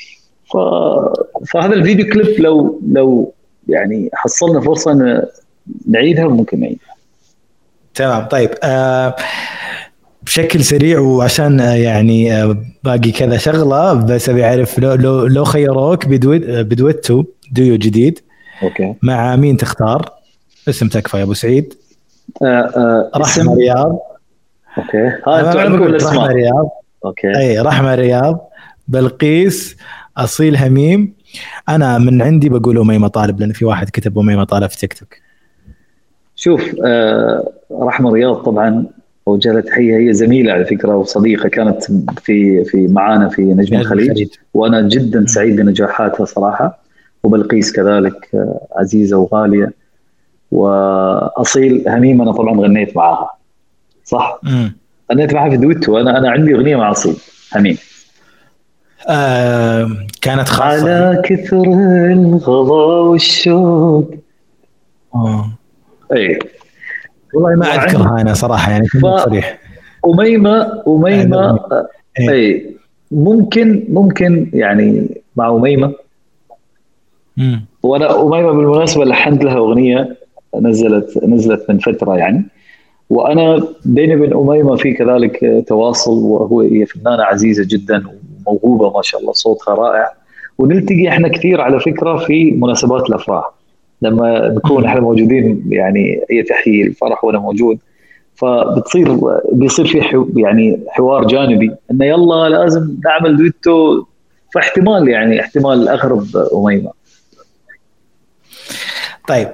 فهذا الفيديو كليب لو يعني حصلنا فرصه نعيدها ممكن نعيدها. تمام. طيب بشكل سريع، وعشان يعني باقي كذا شغله، بس ابي اعرف لو خيروك بدويتو ديو جديد، اوكي، مع مين تختار؟ اسم تكفى يا ابو سعيد. رحمة رياض. اوكي، انتوا عندكم الاسماء. رحمة رياض. اوكي، اي رحمة رياض، بلقيس، اصيل هميم. انا من عندي بقول أميمة طالب، لان في واحد كتب أميمة طالب في تيك توك. شوف، رحمة رياض طبعا وجه لها تحيه، هي زميله على فكره وصديقه، كانت في معانا في نجم الخليج، وانا جدا سعيد بنجاحاتها صراحه. وبلقيس كذلك عزيزه وغاليه. واصيل هميم انا طبعا غنيت معاها، صح؟ غنيت معها في دويتو. انا عندي اغنيه مع اصيل هميم، كانت خاصه على كثر الغضا والشوق. اي والله ما اذكرها انا صراحه، يعني صريح. أميمة اي ممكن يعني مع أميمة. وانا أميمة بالمناسبة لحنت لها أغنية نزلت من فترة يعني، وانا بيني وبين أميمة في كذلك تواصل، هي فنانة عزيزة جدا وموهوبة ما شاء الله، صوتها رائع. ونلتقي احنا كثير على فكرة في مناسبات الأفراح، لما نكون احنا موجودين يعني، هي تحيي الفرح وانا موجود، بيصير في يعني حوار جانبي انه يلا لازم نعمل دويتو. فاحتمال يعني احتمال اغرب أميمة. طيب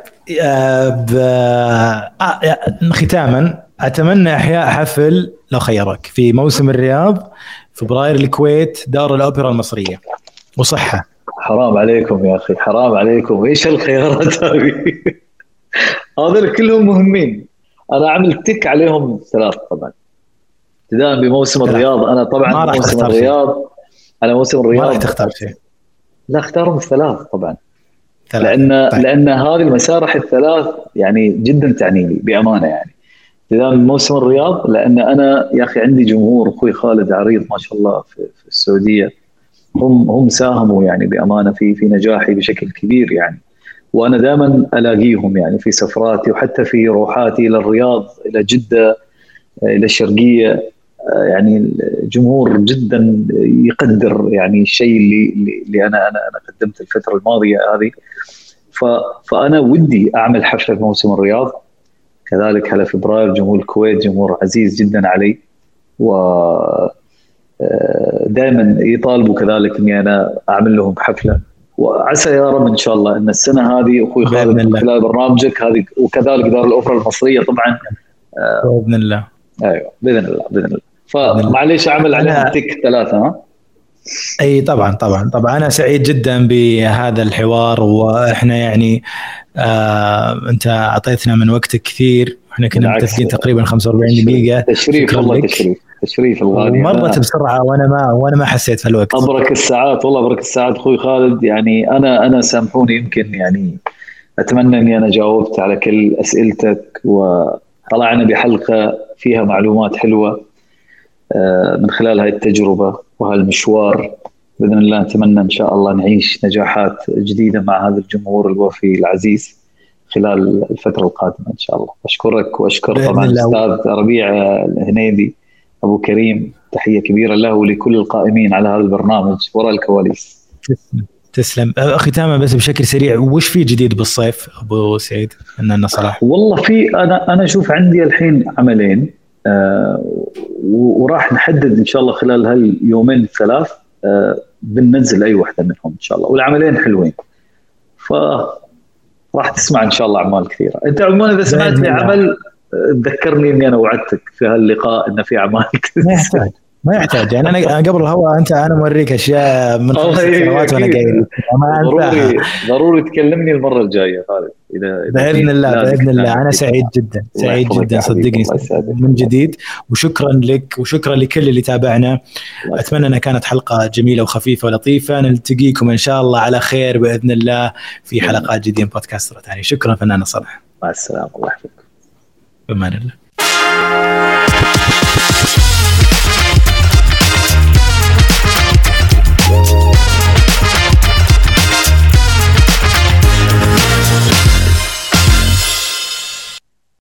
ختاما، اتمنى احياء حفل لو خيرك في موسم الرياض، فبراير الكويت، دار الاوبرا المصريه، وصحه. حرام عليكم يا اخي، حرام عليكم، ايش الخيارات هذه؟ هذول كلهم مهمين، انا عملت تك عليهم 3 طبعا، ابتداء بموسم الرياض. انا طبعا موسم الرياض، انا موسم الرياض ما راح تختار شيء. لا، اختارهم 3 طبعا. لان هذه المسارح الثلاث يعني جدا تعني لي بامانه. يعني اذا موسم الرياض، لان انا يا اخي عندي جمهور، اخوي خالد عريض ما شاء الله في السعوديه، هم ساهموا يعني بامانه في نجاحي بشكل كبير يعني. وانا دائما الاقيهم يعني في سفراتي، وحتى في روحاتي الى الرياض، الى جده، الى الشرقيه. يعني الجمهور جدا يقدر يعني الشيء اللي انا قدمت الفتره الماضيه هذه. فانا ودي اعمل حفله في موسم الرياض كذلك. هلا فبراير جمهور الكويت جمهور عزيز جدا علي، و دائما يطالبوا كذلك اني انا اعمل لهم حفله. وعسى يا رب ان شاء الله ان السنه هذه اخوي خالد من خلال برنامجك هذه، وكذلك دار الاوبرا المصريه طبعا باذن الله. ايوه باذن الله باذن الله. فمعليش اعمل عليهم تك 3. ها اي طبعا انا سعيد جدا بهذا الحوار، واحنا يعني انت اعطيتنا من وقتك كثير، احنا كنا متفقين تقريبا 45 دقيقه. تشريف والله، تشريف الغالي. مرت بسرعه وانا ما حسيت في الوقت. ابرك الساعات والله، ابرك الساعات اخوي خالد. يعني انا سامحوني، يمكن يعني اتمنى اني انا جاوبت على كل اسئلتك، وطلعنا بحلقه فيها معلومات حلوه من خلال هاي التجربه وهالمشوار. باذن الله نتمنى ان شاء الله نعيش نجاحات جديده مع هذا الجمهور الوفي العزيز خلال الفتره القادمه ان شاء الله. اشكرك واشكر طبعا الاستاذ ربيع الهنيدي ابو كريم، تحيه كبيره له ولكل القائمين على هذا البرنامج وراء الكواليس. تسلم. ختاما بس بشكل سريع، وش في جديد بالصيف ابو سعيد؟ اننا صلاح والله في انا اشوف عندي الحين عملين، وراح نحدد ان شاء الله خلال هاليومين الثلاث بننزل اي واحده منهم ان شاء الله، والعملين حلوين، فراح تسمع ان شاء الله اعمال كثيره. انت عموما اذا سمعت لي عمل تذكرني اني انا وعدتك في هاللقاء ان في اعمال ما يحتاج يعني انا قبل الهواء انا موريك اشياء من 5 سنوات وانا قايل ضروري تكلمني المره الجايه خالد اذا باذن الله. انا سعيد جدا صدقني من جديد، وشكرا لك وشكرا لكل اللي تابعنا. اتمنى انها كانت حلقه جميله وخفيفه ولطيفه. نلتقيكم ان شاء الله على خير باذن الله في حلقات جديده من بودكاست روتاني. شكرا فنان صلاح، مع السلامه، الله يحفظك، بأمان الله.